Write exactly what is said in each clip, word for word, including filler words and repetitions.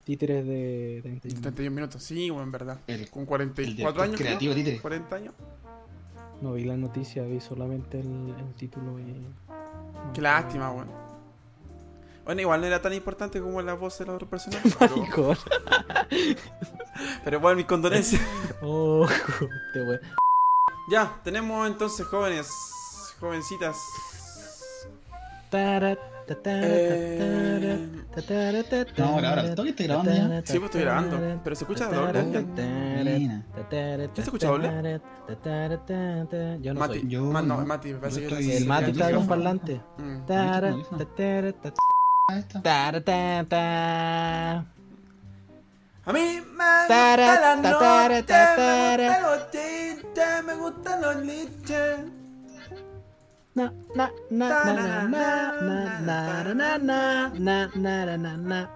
títeres de treinta y uno. treinta y un minutos, sí, bueno, en verdad. El- Con cuarenta y el cuatro director años. creativo, creo, títere. cuarenta años. No vi la noticia, vi solamente el, el título y... Qué lástima, weón. Bueno, igual no era tan importante como la voz de los otros personajes. pero, Maricón. pero igual, mis condolencias. Oh, te voy. Ya, tenemos entonces jóvenes, jovencitas. Eh, No, ahora, ahora, ¿todo que estoy grabando ya? Sí, pues estoy grabando, pero se escucha doble. Buena. ¿Quién se escucha doble? Yo no Mati, soy. Yo Ma- no, no. Mati, me parece Yo que estoy- El Mati el está con micrófono. parlante. Mm. Tara, Ahí está. ta, tara, ta, Ahí está. tara, ta, ta. A mí me Tara, gusta la ta, tara, noche, ta, me tara. gustan los chistes, me gustan los liches. Na, na, na, na, na, na, na, na, na, na, na, na, na.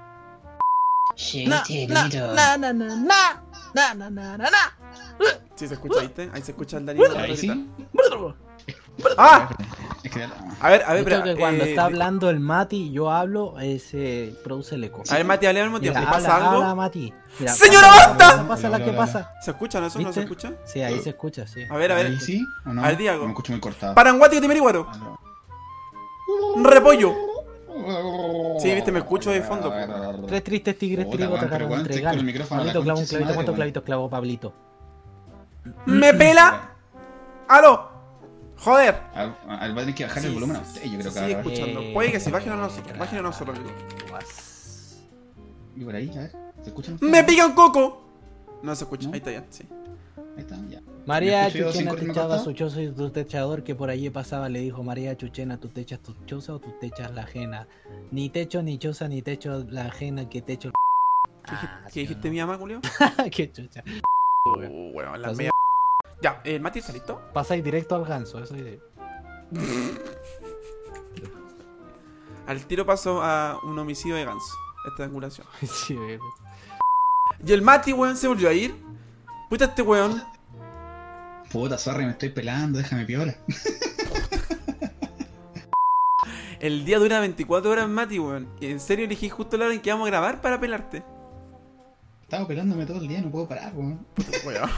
Na, na, na, na, na, na, na, na, na, na, na. Sí, se escucha, ¿viste? Ahí se escucha el Darío. Ahí sí. ¡Ah! Es que A ver, a ver, Yo creo espera. que cuando eh, está hablando el Mati y yo hablo, eh, se produce el eco. A ver, Mati, hable al mismo tiempo. Mira, ¿Pasa habla, algo? habla, Mati. Mira, ¡Señora, pasa, basta! Pasa, pasa la que pasa. ¿Se escucha? ¿No? ¿Eso no ¿Viste? se escucha? Sí, ahí se escucha, sí. A ver, a ver. ¿Ahí sí o no? A ver, di algo. Me escucho muy cortado. Paranguati que te meriguaro. Aló. Repollo. Sí, viste, me escucho de fondo. Tres tristes tigres Puta, trigo weón, pero tocaron weón, entre estoy con el gal. micrófono a la Pablito clavo un concha de su clavito, madre, ¿cuántos weón. clavitos clavó Pablito? ¿Me pela? ¡Aló! ¡Joder! Al, al va a tener que bajar Sí, el volumen a sí, usted, yo creo sí, que sí, ahora. escuchando. Eh, Puede que sí, bajen a nosotros. Bajen a nosotros, amigo. Y por ahí, a ver, ¿se escucha? ¡Me pica un coco! No se escucha. ¿No? Ahí está ya, sí. Ahí está, ya. María ¿Me escucho yo sin Chuchena cortarme techaba cortado? su choza y tu techador que por allí pasaba le dijo María Chuchena, ¿tú techas tu choza o tú techas la ajena? Ni techo ni choza ni techo la ajena que techo el... ¿Qué, dij- Ah, qué sí, dijiste, no. mi ama, Julio? Qué chucha. Uh, bueno, la Pasó. media. Ya, eh, Mati, ¿está listo? Pasáis directo al ganso, eso es. Al tiro paso a un homicidio de ganso. Estrangulación. Sí, eh. Y el Mati, weón, se volvió a ir. Puta, este weón. Puta, sorry, me estoy pelando, déjame piola. El día dura veinticuatro horas, Mati, weón. Y en serio elegí justo la hora en que vamos a grabar para pelarte. Estaba pelándome todo el día, no puedo parar, weón. Puta, weón.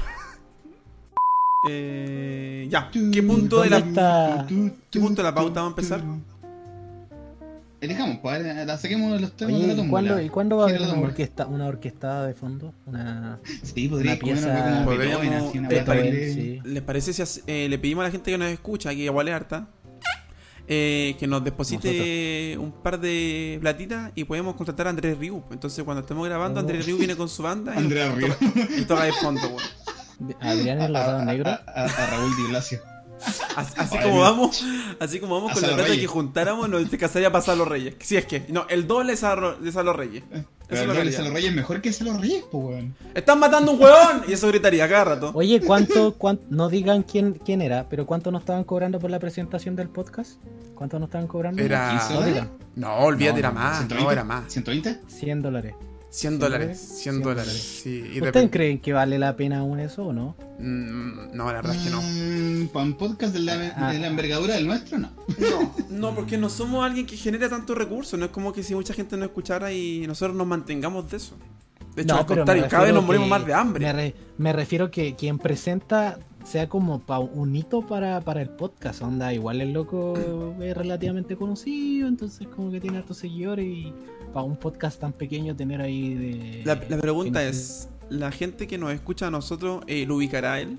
Eh, ya, ¿qué punto de ¿Dónde la... está? ¿Qué punto de la pauta vamos a empezar? Elijamos, pues, a ver, la saquemos de los temas de Oye, la ¿y tómbola. cuándo, ¿y cuándo va a haber Gira la una tómbola. orquesta, una orquestada de fondo? Una... Sí, podría una comer pieza- una como Podríamos- Beethoven, así, una eh, weá pare- terrible. sí. ¿Les parece si hace- eh, le pedimos a la gente que nos escucha, que igual es harta, eh, que nos deposite un par de platitas y podemos contratar a Andrés Riu? Entonces cuando estemos grabando, Oh. Andrés Riu viene con su banda y, Andrea nos Río. toca, y toca de fondo, weón. Adrián el Lozado Negro. A, a- a Raúl Di Blasio. Así, así Ay, como mira. vamos, así como vamos A con la Salo plata Reyes. que juntáramos, nos te casaría para Salo Reyes. Si es que, no, el doble de Salo, de Salo Reyes. Eso Pero es lo el que doble se haría. los reyes mejor que se los reyes, pues, weón. ¡Están matando un huevón! Y eso gritaría cada rato. Oye, ¿cuánto, cuánto, no digan quién, quién era, pero cuánto nos estaban cobrando por la presentación del podcast? ¿Cuánto nos estaban cobrando? Era... ¿quince No dólares? digan. No, olvídate, No, era no, más. ¿ciento No, veinte? era más. ¿ciento veinte? cien dólares. cien dólares. cien dólares. Sí. Y ¿Ustedes depende- creen que vale la pena aún eso o no? Mm, no, la verdad es que no. Mm, para un podcast de la, Ah. de la envergadura del nuestro, no. No, no, porque no somos alguien que genera tantos recursos. No es como que si mucha gente nos escuchara y nosotros nos mantengamos de eso. De hecho, No, al pero me contrario, cada vez refiero nos morimos que- más de hambre. Me, re- me refiero que quien presenta sea como pa un hito para, para el podcast. Onda, igual el loco es relativamente conocido, entonces como que tiene hartos seguidores y para un podcast tan pequeño tener ahí de... La, la pregunta gente- es, ¿la gente que nos escucha a nosotros eh, lo ubicará a él?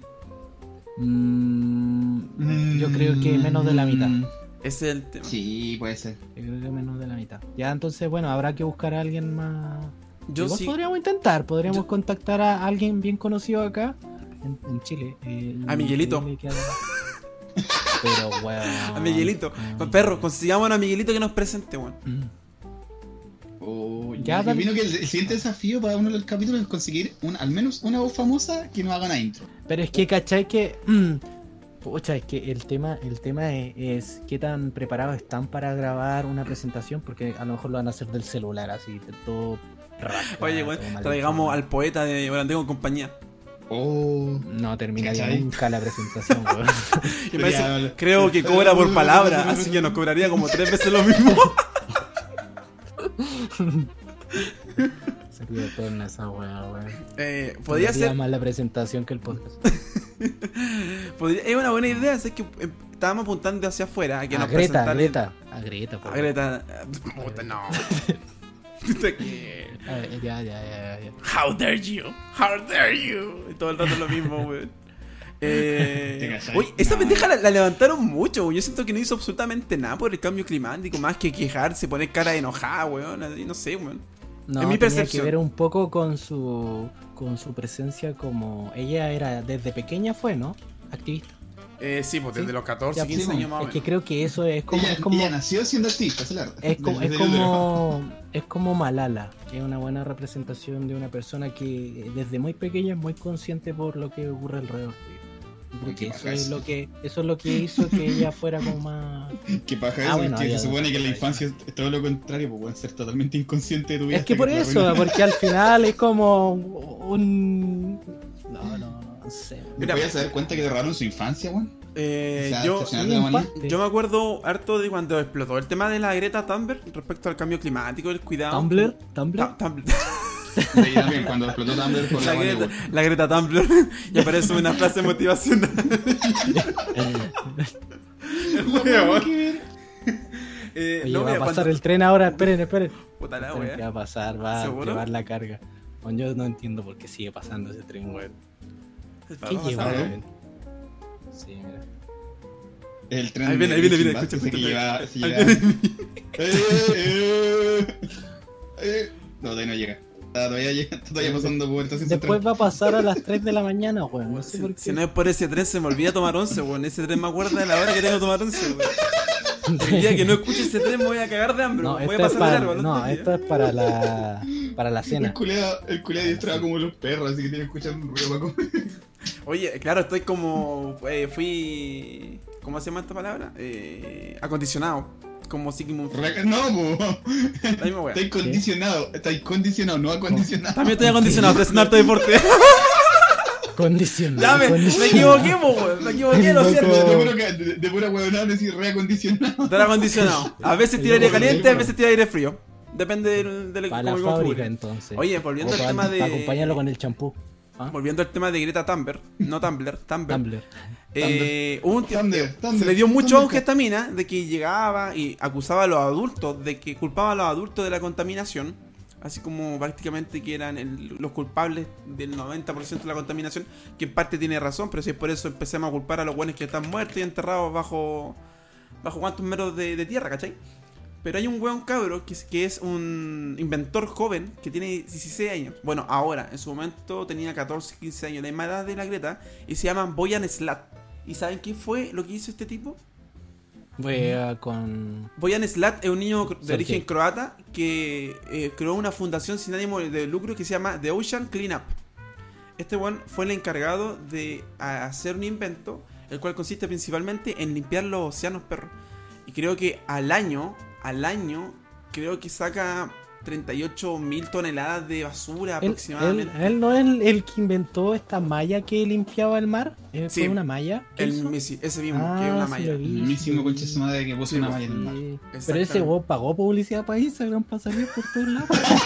Mm, yo creo que menos de la mitad. Ese es el tema. Sí, puede ser. Yo creo que menos de la mitad. Ya, entonces, bueno, habrá que buscar a alguien más... Yo Igual sí. podríamos intentar, podríamos Yo- contactar a alguien bien conocido acá en, en Chile. el- A Miguelito. el que haga- Pero, weón. A Miguelito. Mm. Perro, consigamos a Miguelito que nos presente, weón. Mm. Oh, Ya, ya, yo dale. opino que el, el siguiente desafío para uno de los capítulos es conseguir un, al menos una voz famosa que nos haga una intro. Pero es que, ¿cachai? Que. mm, pucha, es que el tema, el tema es, es qué tan preparados están para grabar una presentación, porque a lo mejor lo van a hacer del celular, así, de todo. rasca, Oye, weón, todo mal traigamos hecho. al poeta de Volanteo con compañía. Oh. No terminaría ¿Cachai? nunca la presentación, weón. Y me Ya, parece- vale. creo que cobra por palabra, así que nos cobraría como tres veces lo mismo. estúpido torna esa weá, weón. Eh, podría Todavía ser. más la presentación que el podcast. podría- es una buena idea, es que eh, estábamos apuntando hacia afuera. A que A nos Greta, a presentaran- Greta. A Greta, po. A Greta. Puta, no. Puta que- A ver, ya, ya, ya, ya. How dare you? How dare you? Y todo el rato lo mismo, weón. Te Eh, cachai. oye, esa No. pendeja la, la levantaron mucho, weón. Yo siento que no hizo absolutamente nada por el cambio climático, más que quejarse, poner cara de enojada, weón. así, No sé, weón. No, En mi tenía percepción. que ver un poco con su con su presencia como ella era desde pequeña fue, ¿no? Activista. Eh, sí, pues desde Sí. los catorce, Ya, quince sí, años más o Es que menos. creo que eso es como ella, es como ella nació siendo activista, esa es la verdad. es como, es Desde el como es como Malala, que es una buena representación de una persona que desde muy pequeña es muy consciente por lo que ocurre alrededor de ella. Y creo Uy, que qué eso paja es eso. lo que eso es lo que hizo que ella fuera como más. Qué paja Ah, eso, bueno, porque había se supone dos que la cosas infancia es todo lo contrario, pues pueden ser totalmente inconsciente de tu vida. Es que hasta por te la eso, arruinan. porque al final es como un no, no, no sé. ¿Te podías dar cuenta que te robaron su infancia, weón? Eh, O sea, yo, estacionar sí, de la en manía. parte. yo me acuerdo harto de cuando explotó el tema de la Greta Thunberg respecto al cambio climático, el cuidado. Tumblr, Tumblr. Ta- Tumblr. De ahí también, cuando explotó Tumblr por La la manía, Greta, weón. la Greta Tumblr. Y aparece una frase motivacional. Weón. Eh, Oye, no, va a mira, pasar cuando- el tren ahora, esperen, esperen. Puta la Esperen, wea. ¿qué va a pasar? Va a ¿Seguro? llevar la carga. Bueno, yo no entiendo por qué sigue pasando ese tren, weón. Va ¿Qué a lleva, pasar, ¿eh? weón? Sí, mira. El tren Ahí viene, de ahí viene, Breaking viene, Bad, escucha, ese que escucha, lleva- escucha. se Ahí lleva- viene. Eh, eh, eh. No, todavía no llega. Está todavía, llega, está todavía pasando por estación Después central. va a pasar a las tres de la mañana, weón. No sé por Si, qué. si no es por ese tren, se me olvida tomar once, weón. Ese tren me acuerda de la hora que tengo que tomar once, weón. El día que no escuche ese tren me voy a cagar de hambre, No, weón. Voy a esto es pasar de para, largo. al no, otro día. esto es para la para la El cena. culeado, el culeado distrae como los perros, así que tiene que escuchar un ruido para comer. Oye, claro, estoy como. Eh, fui. ¿Cómo se llama esta palabra? Eh, acondicionado. Como Sigmund Freud. Re- No, po. La misma wea. Estáis condicionado, estáis condicionado, no acondicionado. También estoy acondicionado, estoy haciendo harto deporte. Condicionado. Ya me, me condicionado. equivoqué, po, weón. Me equivoqué, lo Loco. De, de, siento. puro que- de, de pura huevonada decir reacondicionado. Estar acondicionado. A veces tira aire caliente, a veces tira aire frío. Depende del, del Para la cómo fábrica, configure. entonces. Oye, volviendo O al para- tema de. para acompañarlo con el champú. ¿Ah? Volviendo al tema de Greta Thunberg, no Tumblr, Tumblr. Tumblr. Eh, hubo un tiempo- Thunder, Thunder, se le dio mucho Thunder. auge a esta mina de que llegaba y acusaba a los adultos de que culpaba a los adultos de la contaminación, así como prácticamente que eran el- los culpables del noventa por ciento de la contaminación, que en parte tiene razón, pero si es por eso empecemos a culpar a los buenos que están muertos y enterrados bajo bajo cuantos metros de, de tierra, ¿cachai? Pero hay un weón cabro que es, que es un inventor joven que tiene dieciséis años. Bueno, ahora, en su momento tenía catorce, quince años, la misma edad de la Greta, y se llama Boyan Slat. ¿Y saben qué fue lo que hizo este tipo? Voy a con. Boyan Slat es un niño de Sergey. origen croata que eh, creó una fundación sin ánimo de lucro que se llama The Ocean Cleanup. Este weón fue el encargado de a- hacer un invento, el cual consiste principalmente en limpiar los océanos, perros. Y creo que al año, al año, creo que saca treinta y ocho mil toneladas de basura Él, él, aproximadamente. él no es el, el que inventó esta malla que limpiaba el mar. ¿Eh, Sí. ¿Fue una malla? ¿Qué El hizo? misi- ese mismo, Ah, que es una sí malla. lo vi. El mismísimo concha de su madre que puso Sí, una pues, malla en el mar. Sí. Pero Exactamente. ese weón pagó publicidad para Instagram para salir por todos lados.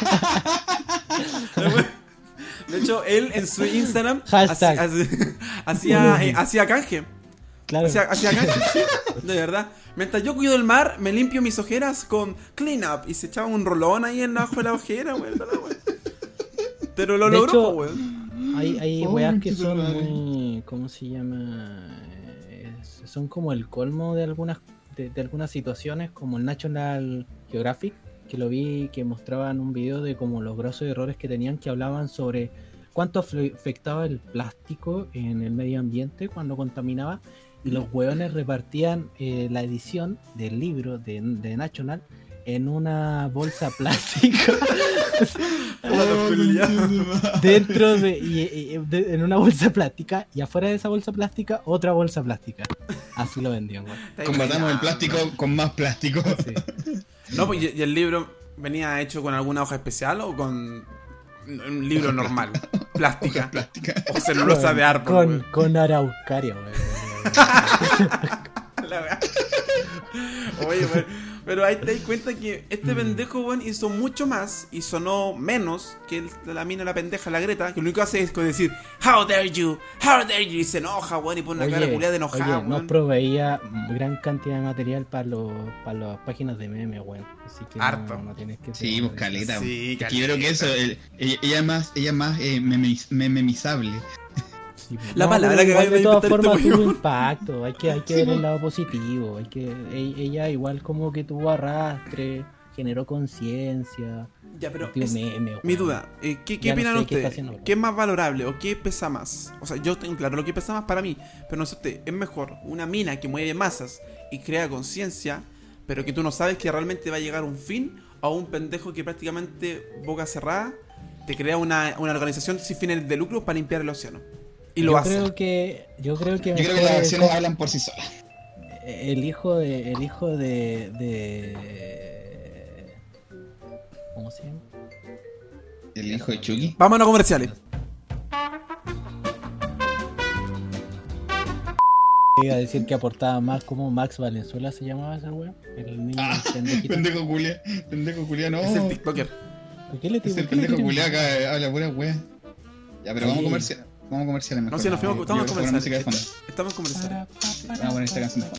De hecho, él en su Instagram Hashtag. hacía, hacía, eh, hacía canje. Claro. Hacía, hacía canje, sí, de verdad. Mientras yo cuido el mar, me limpio mis ojeras con clean up. Y se echaba un rolón ahí en abajo de la ojera, güey. toda la wea. Pero lo De logró, hecho, po, weón. Hay, hay Oh, weas que qué son madre. muy. ¿Cómo se llama? Es- son como el colmo de algunas de, de algunas situaciones, como el National Geographic, que lo vi, que mostraban un video de como los grosos errores que tenían, que hablaban sobre cuánto afle- afectaba el plástico en el medio ambiente cuando contaminaba. Y los hueones repartían eh, la edición del libro de, de National en una bolsa plástica. Oh, concha de su madre. Dentro de, y- y- de- en una bolsa plástica, y afuera de esa bolsa plástica otra bolsa plástica. Así lo vendían, güey. Combatamos el plástico con más plástico. Sí. No, pues y y el libro venía hecho con alguna hoja especial o con un libro normal, plástica Plástica. o celulosa de árbol. Con, weón. con araucaria, güey. La wea. Oye, weón. Pero ahí te das cuenta que este pendejo, weón, hizo mucho más y sonó menos que el, la mina, la pendeja, la Greta, que lo único que hace es con decir How dare you, how dare you, y se enoja, weón, y pone una cara culiada de enojada, oye, nos proveía gran cantidad de material para los para las páginas de memes, weón. Así que harto. No, no tienes que Sí, pues caleta. Sí, es que yo creo que eso, el, ella, ella es más, ella es más eh, memes, mememizable. Sí, pues. La No, palabra pero que igual acabas de de todas inventar formas este tuvo weón. impacto, hay que, hay que Sí, ver pues. el lado positivo, hay que e- ella igual como que tuvo arrastre, generó conciencia, Ya, pero tío es- meme, mi weón. duda, eh, ¿qué, qué Ya no opinan sé qué está ustedes? haciendo, ¿Qué es más valorable o qué pesa más? O sea, yo tengo claro lo que pesa más para mí, pero no sé usted, ¿es mejor una mina que mueve masas y crea conciencia, pero que tú no sabes que realmente va a llegar a un fin, o un pendejo que prácticamente boca cerrada te crea una, una organización sin fines de lucro para limpiar el océano? Y lo yo hace. creo que yo creo que Yo creo que mejor las es acciones como hablan por sí solas. el hijo de el hijo de, de ¿cómo se llama? El hijo de Chucky. Vamos a los comerciales. Iba a decir que aportaba más, como Max Valenzuela se llamaba esa weá. El niño Ah, pendejito. pendejo culia. Pendejo culia, no. Es el TikToker. ¿Por qué le Es digo- el por qué le pendejo tiran? culia acá, eh, habla pura wea. Ya, pero vamos a Oye. comercial. Vamos a comerciales mejor. No, si nos fuimos, Yo estamos en creo que buena música de comerciales. fondo. Estamos en comerciales. Para, Vamos a poner esta canción de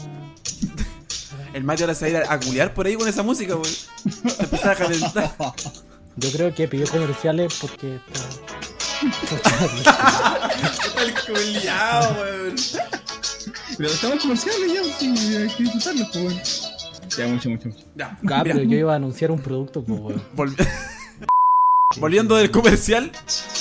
El Mario ahora se va a ir a, a culiar por ahí con esa música, weón. Se empezaba a calentar. Yo creo que pidió comerciales porque El culiao, weón. Pero estamos en comerciales ya, sí, hay que disfrutarlos, pues bueno. Ya, mucho, mucho, mucho. Ya, Ah, pero mira, yo iba a anunciar un producto, pues weón. volvi- Volviendo del comercial,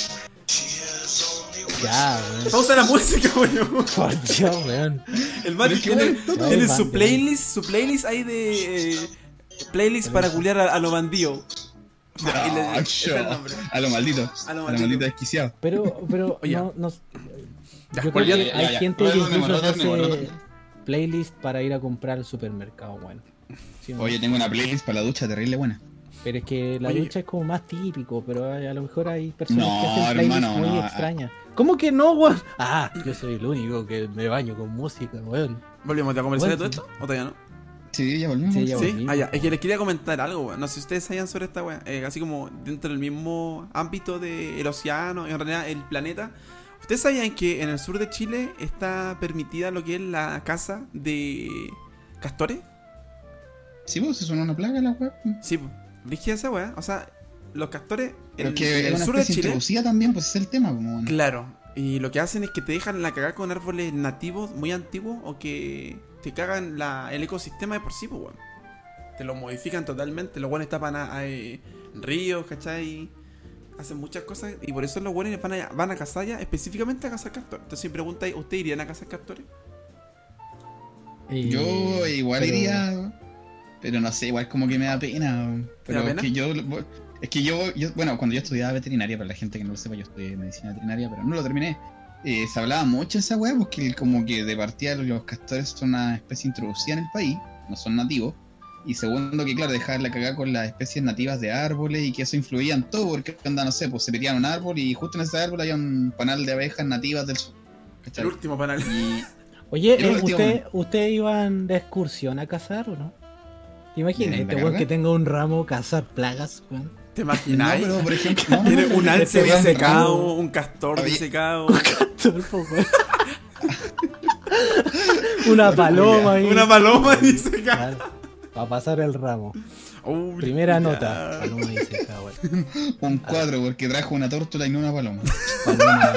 Ya, weón. pausa la música, weón. Por Dios, weón. El Mario Pero es que tiene, bueno, tiene todo. su playlist, su playlist ahí de eh, playlist para culiar a, a los bandidos. Ah, y le- Ah, ese es el nombre. a lo maldito. A lo A lo maldito. maldito desquiciado. Pero, pero, Oye. no, no. Ya, Yo creo volviendo- que hay ya, ya. gente No, que no, no, incluso no, se no, no, no, hace no. playlist para ir a comprar al supermercado, bueno. Sí, ¿no? Oye, tengo una playlist para la ducha terrible buena. Pero es que la Oye. ducha es como más típico, pero hay- a lo mejor hay personas No, que hacen playlists hermano, muy no. extrañas. ¿Cómo que no, weón? Ah, yo soy el único que me baño con música, weón. ¿Volvimos a comercial de todo Bueno, esto? ¿O todavía no? Sí, ya volvimos. Sí, ya Sí, volvimos. ah, ya. Es que les quería comentar algo, weón. No sé si ustedes sabían sobre esta weá. Eh, así como dentro del mismo ámbito del océano, en realidad el planeta. ¿Ustedes sabían que en el sur de Chile está permitida lo que es la caza de castores? Sí, pues, eso no es una plaga la web. Sí, dije esa weá. O sea, los castores Pero en, es que en es el una sur de especie Chile. introducida también, pues ese es el tema. Como, bueno. Claro. Y lo que hacen es que te dejan la cagada con árboles nativos muy antiguos o que te cagan la, el ecosistema de por sí, pues, weón. Te lo modifican totalmente. Los buenos tapan a, a, eh, ríos, ¿cachai? Hacen muchas cosas y por eso los buenos van a, van a cazar ya específicamente a cazar castores. Entonces, si preguntáis, ¿ustedes irían a cazar castores? Eh, Yo igual pero- iría, pero no sé, igual como que me da pena. ¿Te Pero da es pena? que yo, es que yo, yo, bueno, cuando yo estudiaba veterinaria, para la gente que no lo sepa, yo estudié medicina veterinaria, pero no lo terminé. Eh, se hablaba mucho de esa weá, porque como que de partida los castores son una especie introducida en el país, no son nativos. Y segundo, que claro, dejar la cagada con las especies nativas de árboles y que eso influía en todo, porque anda, no sé, pues se metían un árbol y justo en ese árbol había un panal de abejas nativas del sur. ¿Cachai? El último panel. Y Oye, Yo eh, lo ¿usted, digo, ¿ustedes iban de excursión a cazar o no? ¿Te imaginas? ¿En la Este weón carga? que tenga un ramo cazar plagas, weón. ¿Te no, imagináis? pero por ejemplo, no, no, Tiene no, un no, alce este weón disecado, ramo- un castor Había- disecado, Turfo, weón. Una paloma ahí. una paloma disecada. Claro, para pasar el ramo. Uy, Primera ya. nota. Paloma dice, weón. Un cuadro, porque trajo una tórtola y no una paloma. Paloma.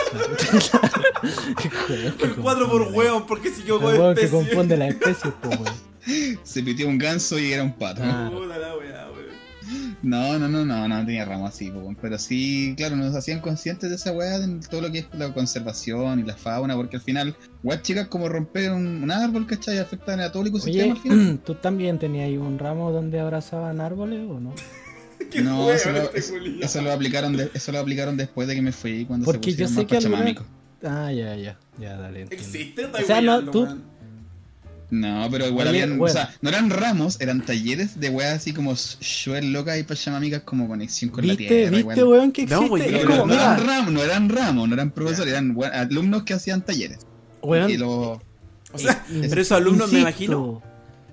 El cuadro por hueón, porque si yo El con weón que especie. confunde las especies, po, weón. Se pitió un ganso y era un pato. Ah. Puta la weá, weón. No, no, no, no, no tenía ramo así, po, weón. Pero sí, claro, nos hacían conscientes de esa weá, de todo lo que es la conservación y la fauna, porque al final, weas chicas como romper un, un árbol, ¿cachai? Afectan a todo el ecosistema Oye, al final. ¿tú también tenías ahí un ramo donde abrazaban árboles o no? Qué No, hueón eso lo, este eso, culiao. eso lo aplicaron de- eso lo aplicaron después de que me fui, cuando Porque se yo pusieron sé más que alguna- pachamámicos. Ah, ya, ya. Ya, dale. entiendo. ¿Existe? O sea, no, tú- No, pero igual Oye, habían, bueno. o sea, no eran ramos, eran talleres de weas así como Shuel loca y pachamámicas como conexión con la ¿Viste, tierra. viste, igual. weón, que No, existe? güey, es Pero como, no, mira, eran ramos, no eran ramos, no eran profesores, eran we- alumnos que hacían talleres. weón, Y lo, O sea, eh, pero esos alumnos me insisto, imagino.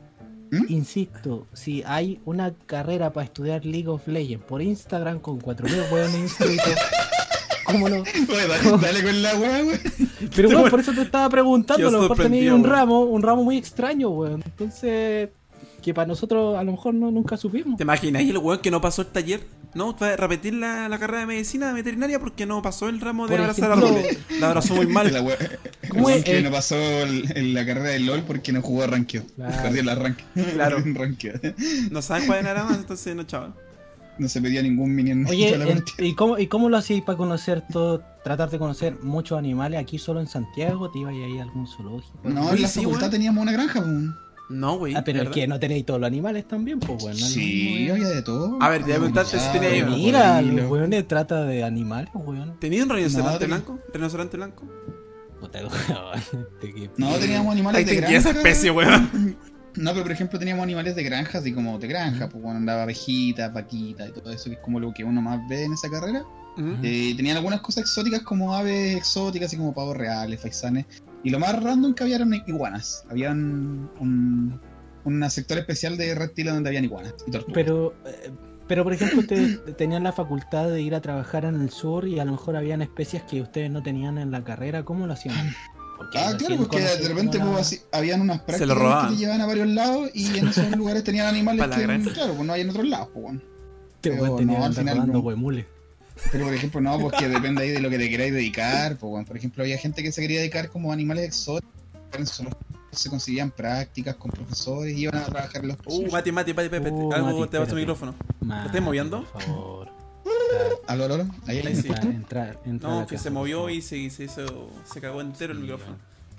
¿Mm? insisto, si hay una carrera para estudiar League of Legends por Instagram con cuatro mil hueones inscritos, ¿cómo no? Oye, dale, dale con la weá, weón. Pero bueno, por eso te estaba preguntando, Qué a lo mejor tenéis sorprendido, un weón. ramo, un ramo muy extraño, weón. Entonces, que para nosotros a lo mejor no nunca supimos. ¿Te imaginas el weón que no pasó el taller? No, va a repetir la, la carrera de medicina veterinaria porque no pasó el ramo de Por abrazar ejemplo, árboles. La abrazó muy mal. La weá. ¿Cómo el es? que Eh, no pasó el- en la carrera de LOL porque no jugó arranqueo. Claro. Perdió el arranque. Claro. Perdió el arranqueo. No saben cuál era más, entonces no, chaval. No se pedía ningún minion. Oye, toda la en- partida. ¿y cómo, y cómo lo hacíais para conocer todo, tratar de conocer muchos animales aquí solo en Santiago? ¿Te ibas a ir a algún zoológico? No, Oye, en la sí, facultad weón. teníamos una granja, pues. No, güey. Ah, pero es ¿verdad? que no tenéis todos los animales también, pues, weón. no es lo Sí, mismo, weón. había de todo. A ver, te voy a preguntarte si tenía ahí uno. Mira, cocodrilo. los weones trata de animales, weón. ¿Tenía un rinoceronte No, blanco? ¿Rinoceronte blanco? Puta, weón. Te que- No, teníamos animales Ahí de te granja. esa especie, weón. No, pero por ejemplo teníamos animales de granja, así como de granja, pues bueno, andaba abejitas, vaquitas y todo eso, que es como lo que uno más ve en esa carrera. Ujú. Eh, tenían algunas cosas exóticas como aves exóticas, así como pavos reales, faisanes. Y lo más random que había eran iguanas. Había un, un, un sector especial de reptiles donde habían iguanas y tortugas. Pero, eh, pero por ejemplo, ustedes tenían la facultad de ir a trabajar en el sur y a lo mejor habían especies que ustedes no tenían en la carrera. ¿Cómo lo hacían? Porque Ah, lo claro, hacían porque de conocer repente como pues, la- así, habían unas Se prácticas lo robaban. que te llevaban a varios lados y en esos lugares tenían animales Para la que, granja. claro, pues no hay en otros lados, pues bueno. Este pero weón tenía no, que al andar final rodando no. huemules. Pero por ejemplo, no, porque depende ahí de lo que te queráis dedicar. Pues, bueno, por ejemplo, había gente que se quería dedicar como a animales exóticos. en zoológicos Se conseguían prácticas con profesores y iban a trabajar en los Uh, profesores. Mati, Mati, Mati, Pepe. Uh, Algo Mati, te va a tu espérate. micrófono. Mati, estás moviendo? Por favor. Aló, aló, aló. Ahí, ahí, Ahí ¿me sí. escuchan? Entra, entra, entra a No, la que casa, se por movió favor. y se, se hizo. Se cagó entero el Sí, micrófono.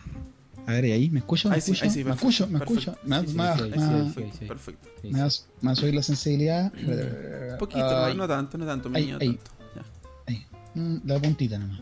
A ver, ¿y ahí? ¿Me escucho? ¿Me Ahí sí, escucho? ahí sí, ¿Me perfecto, escucho? ¿Me perfecto. escucho? ¿Me Sí, sí, vas- sí, me sí, vas- sí, sí. Perfecto. Sí, me vas- me vas a subir la sensibilidad? Un poquito, Ay, no, no tanto, no tanto, mi Ay, niño, ay. tanto. Ya. ay. Mm, La puntita nomás.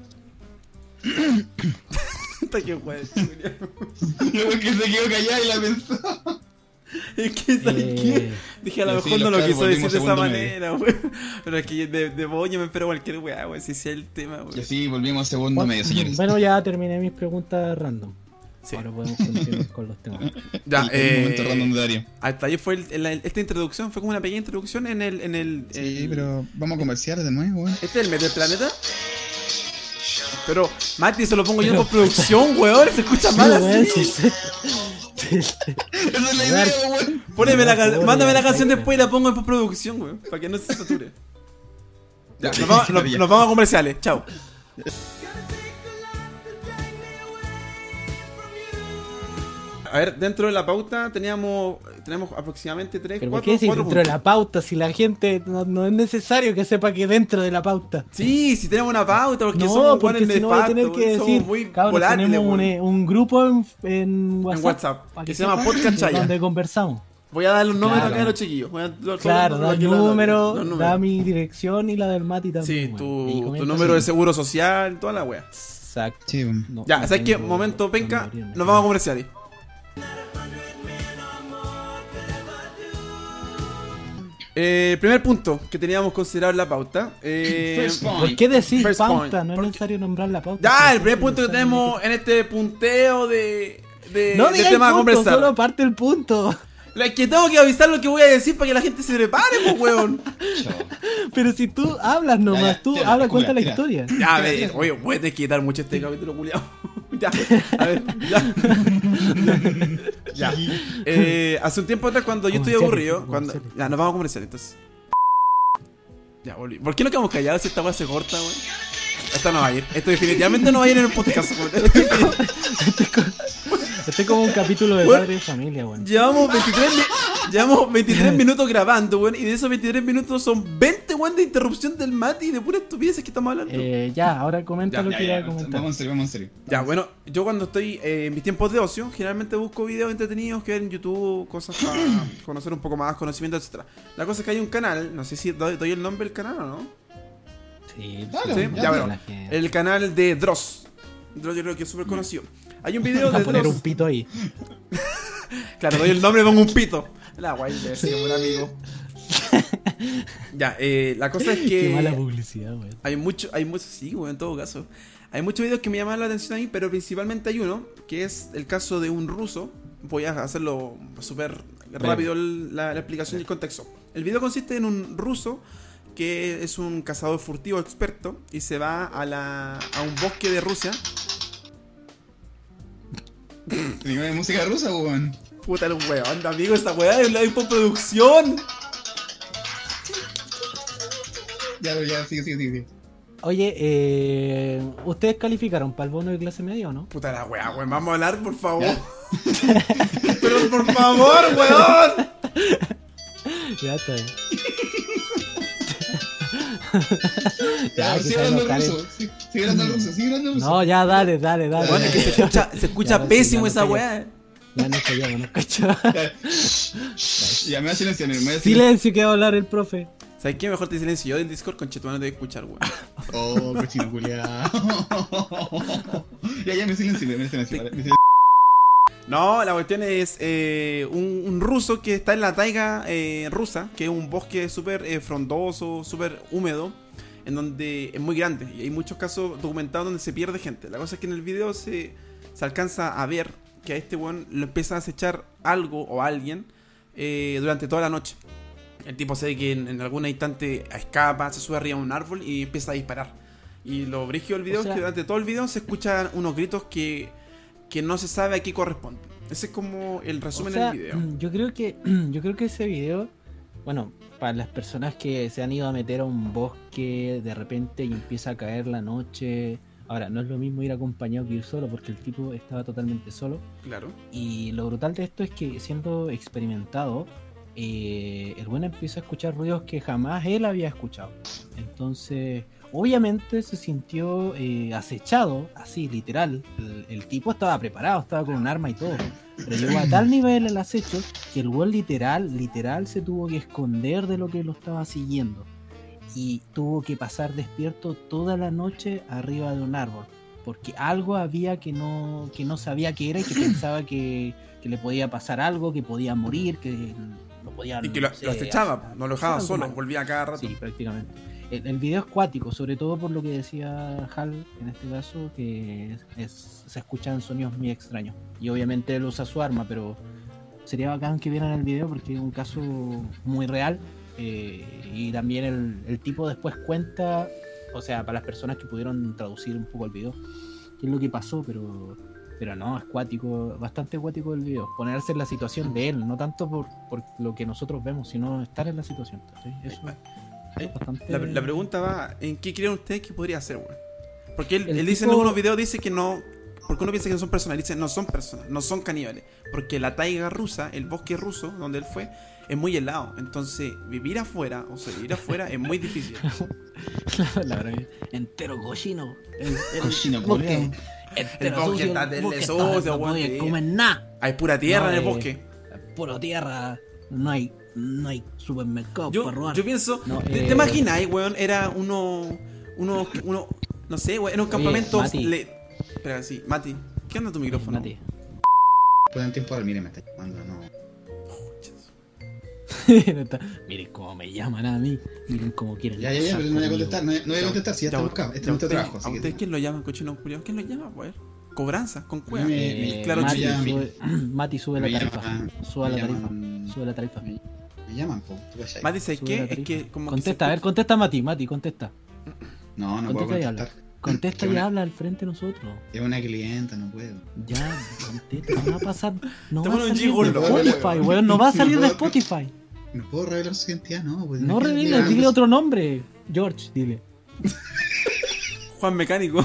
Puta que weón, Julián. Yo porque se quedó callada y la pensó. Es que, ¿sabes Eh, qué? Dije, a lo Sí, mejor no los lo quiso cabros decir de esa volvimos segundo manera, weón. Pero es que de, de Boño me espero cualquier weá, weón. Si sea el tema, Y weón. así volvimos a segundo Bueno, medio, señores. Bueno, ya terminé mis preguntas random. Sí. Ahora podemos continuar con los temas. Ya, el, el momento eh, random de Darío. hasta ahí fue el- el- el- esta introducción, fue como una pequeña introducción en el. En el Sí, el- pero vamos a comerciar de nuevo, weón. ¿Este es el medio del planeta? Pero, Mati, eso lo pongo yo por producción, weón. Se escucha mal Sí, weón, así. sí, sí. Sí, sí. Esa es la idea, weón. Poneme la, ca- Por mándame la favor, canción ya, después y la pongo en postproducción, weón. Para que no se sature. Ya, nos vamos, nos- nos vamos a comerciales. Chao. A ver, dentro de la pauta teníamos, tenemos aproximadamente tres, Pero ¿por cuatro, qué si cuatro dentro de puntos. la pauta? Si la gente no, no es necesario que sepa que dentro de la pauta. Sí, si tenemos una pauta, porque No, somos porque buenos si no voy a nefastos, tener que weón, somos decir, muy cabrón, volátiles, tenemos un, weón. eh, un grupo en, en WhatsApp, En WhatsApp, para que se llama Podcast sepan, Chaya. donde conversamos. Voy a dar los números Claro. acá a los chiquillos. Voy a- lo- Claro, lo- da lo- el lo- lo- número, los números. da mi dirección y la del Mati también. Sí, weón. tu, Y tu comenta número de así. seguro social, toda la wea. Exacto. Sí, weón. No, Ya, no ¿sabes qué? tengo Momento, dónde penca, abrirme. nos vamos a comerciales. Eh, primer punto que teníamos considerado en la pauta. Eh, First point. ¿Por qué decir First pauta? point. No es Porque- necesario nombrar la pauta. ya, Si el primer la punto que gente tenemos sabe en este punteo de, de, No de diga el tema a punto, conversar. solo parte el punto. Es que tengo que avisar lo que voy a decir para que la gente se prepare, pues, weón. Chao. Pero si tú hablas nomás, Ya, ya, tú tira, hablas, tira, cuenta la tira. historia. Ya, a ver, oye, voy a tener que quitar mucho este capítulo culiado. Ya, a ver, ya. Ya. Eh, hace un tiempo atrás, cuando yo estoy Comerciales, aburrido, cuando. comerciales. Ya, nos vamos a comercial entonces. Ya, volví. ¿Por qué no quedamos callados si esta weá se corta, weón? Esta no va a ir. Esto definitivamente no va a ir en el podcast, weón. Este es como un capítulo de Bueno, padre de familia, weón. Llevamos veintitrés, mi- llevamos veintitrés minutos grabando, weón. Y de esos veintitrés minutos son veinte, weón, de interrupción del Mati y de pura estupideces que estamos hablando. Eh, ya, ahora comenta Ya, lo Ya, que ya, iba a comentar. Vamos en serio, vamos en serio. Ya, bueno, yo cuando estoy eh, en mis tiempos de ocio, generalmente busco videos entretenidos que ver en YouTube, cosas para conocer un poco más, conocimiento, etcétera. La cosa es que hay un canal, no sé si doy, doy el nombre del canal o no. Sí, Dale, Sí, ya, ya, pues, bueno. la gente. El canal de Dross. Dross yo creo que es súper conocido. Hay un video Vamos de a poner Dross. un pito ahí. Claro, doy el nombre y pongo un pito. La guay, le decía un amigo. Ya, eh, la cosa es que... Qué mala publicidad, weón. Hay mucho, hay mucho, sí, güey, en todo caso. Hay muchos videos que me llaman la atención ahí, pero principalmente hay uno, que es el caso de un ruso. Voy a hacerlo súper rápido el- la, la explicación y el contexto. El video consiste en un ruso que es un cazador furtivo experto y se va a, la, a un bosque de Rusia. Tenía una música rusa, weón. Puta el weón, amigo, esta weá es la hipoproducción. Ya, ya, sigue, sigue, sigue. Oye, eh, ¿ustedes calificaron para el bono de clase media o no? Puta la weá, weón, vamos a hablar, por favor. Ya. Pero por favor, weón. Ya está bien. Ya, que sigue se hablando enojar el- ruso. sí, Sigue hablando ruso, sigue hablando ruso. No, ya, dale, dale, dale. Weón, es que se escucha, se escucha Ya, pésimo sí, ya esa no weá. Ya nos callamos, nos cachamos. Ya, ya me va a silenciar, me voy a silenciar. Silencio, que va a hablar el profe. ¿Sabes qué? Mejor te silencio yo del Discord, conchetumano, no te voy a escuchar, weón. Oh, cochino culiao. Ya, ya me silencio, me silencio. vale, me silencio. No, la cuestión es eh, un, un ruso que está en la taiga eh, rusa, que es un bosque súper eh, frondoso, súper húmedo, en donde es muy grande y hay muchos casos documentados donde se pierde gente. La cosa es que en el video se, se alcanza a ver que a este weón lo empieza a acechar algo o alguien eh, durante toda la noche. El tipo se ve que en, en algún instante escapa, se sube arriba a un árbol y empieza a disparar. Y lo brígido del video O sea- es que durante todo el video se escuchan unos gritos que, que no se sabe a qué corresponden. Ese es como el resumen O sea, del video. Yo creo que yo creo que ese video, bueno, para las personas que se han ido a meter a un bosque de repente y empieza a caer la noche. Ahora, no es lo mismo ir acompañado que ir solo, porque el tipo estaba totalmente solo. Claro. Y lo brutal de esto es que siendo experimentado, eh, el bueno empieza a escuchar ruidos que jamás él había escuchado. Entonces, obviamente se sintió eh, acechado, así, literal. El, el tipo estaba preparado, estaba con un arma y todo. Pero llegó a tal nivel el acecho que el weón literal, literal se tuvo que esconder de lo que lo estaba siguiendo. Y tuvo que pasar despierto toda la noche arriba de un árbol. Porque algo había que no, que no sabía qué era y que pensaba que, que le podía pasar algo, que podía morir, que lo podían... Y que lo, no sé, lo acechaba, asesinar, no lo dejaba algo solo, mal. volvía cada rato. Sí, prácticamente. El, el video es cuático, sobre todo por lo que decía Hal en este caso, que es, es- se escuchan sonidos muy extraños. Y obviamente él usa su arma, pero sería bacán que vieran el video porque es un caso muy real. eh, y también el, el tipo después cuenta, o sea, para las personas que pudieron traducir un poco el video, qué es lo que pasó, pero pero no, es cuático, bastante cuático el video. Ponerse en la situación de él, no tanto por, por lo que nosotros vemos, sino estar en la situación. ¿sí? Eso Ay, es bastante... La, la pregunta va, ¿en qué creen ustedes que podría ser, weón? Porque él, El él dice en tipo- algunos videos, dice que no... Porque uno piensa que no son personas, dice no son personas, no son caníbales. Porque la taiga rusa, el bosque ruso, donde él fue, es muy helado. Entonces, vivir afuera, o sea, vivir afuera es muy difícil. La verdad que entero cochino. El, el Cochino bosque culiao. entero bosque sucio, está el del bosque sucio, está- no weón, podía sí. comer nada. Hay pura tierra No, en el eh, bosque. Puro tierra, no hay, no hay supermercado Yo, para robar. yo pienso, No, ¿te, eh, te imaginas, weón? Era uno, uno, uno, no sé, weón, era un Oye, campamento... Mati. le- Espera, sí, Mati, ¿qué onda tu micrófono? Mati. Pueden tiempo de dormir, me está llamando, no. Miren cómo me llaman a mí. Miren cómo quieren. Ya, ya, ya, pero no voy a conmigo. contestar, no, no voy a contestar, si ya está buscado. Este es Ya, nuestro usted- trabajo, ¿A así ustedes que. quién lo llaman, cochino culiao? ¿Quién lo llama, weón? Cobranza, con cueva. Me- Eh, claro, Mati, chilla, sube, Mati, sube la me tarifa. llaman- Sube la me tarifa. llaman- Sube la tarifa. Me, me llaman, po, tú cachai. Mati, ¿sabes Sube qué? la Es tarifa. que como Contesta, a que ver, contesta Mati, Mati, contesta. No, no puedo Contesta y habla. contestar. Contesta Es y una- habla al frente de nosotros. Es una clienta, no puedo. Ya, contesta, no va a pasar. No Te va a ponen un salir de gigolo. Spotify, weón. No va a salir de No. Spotify. No puedo revelar su identidad, no. Pues, No es que- reveles, dile otro nombre. George, dile. Juan Mecánico.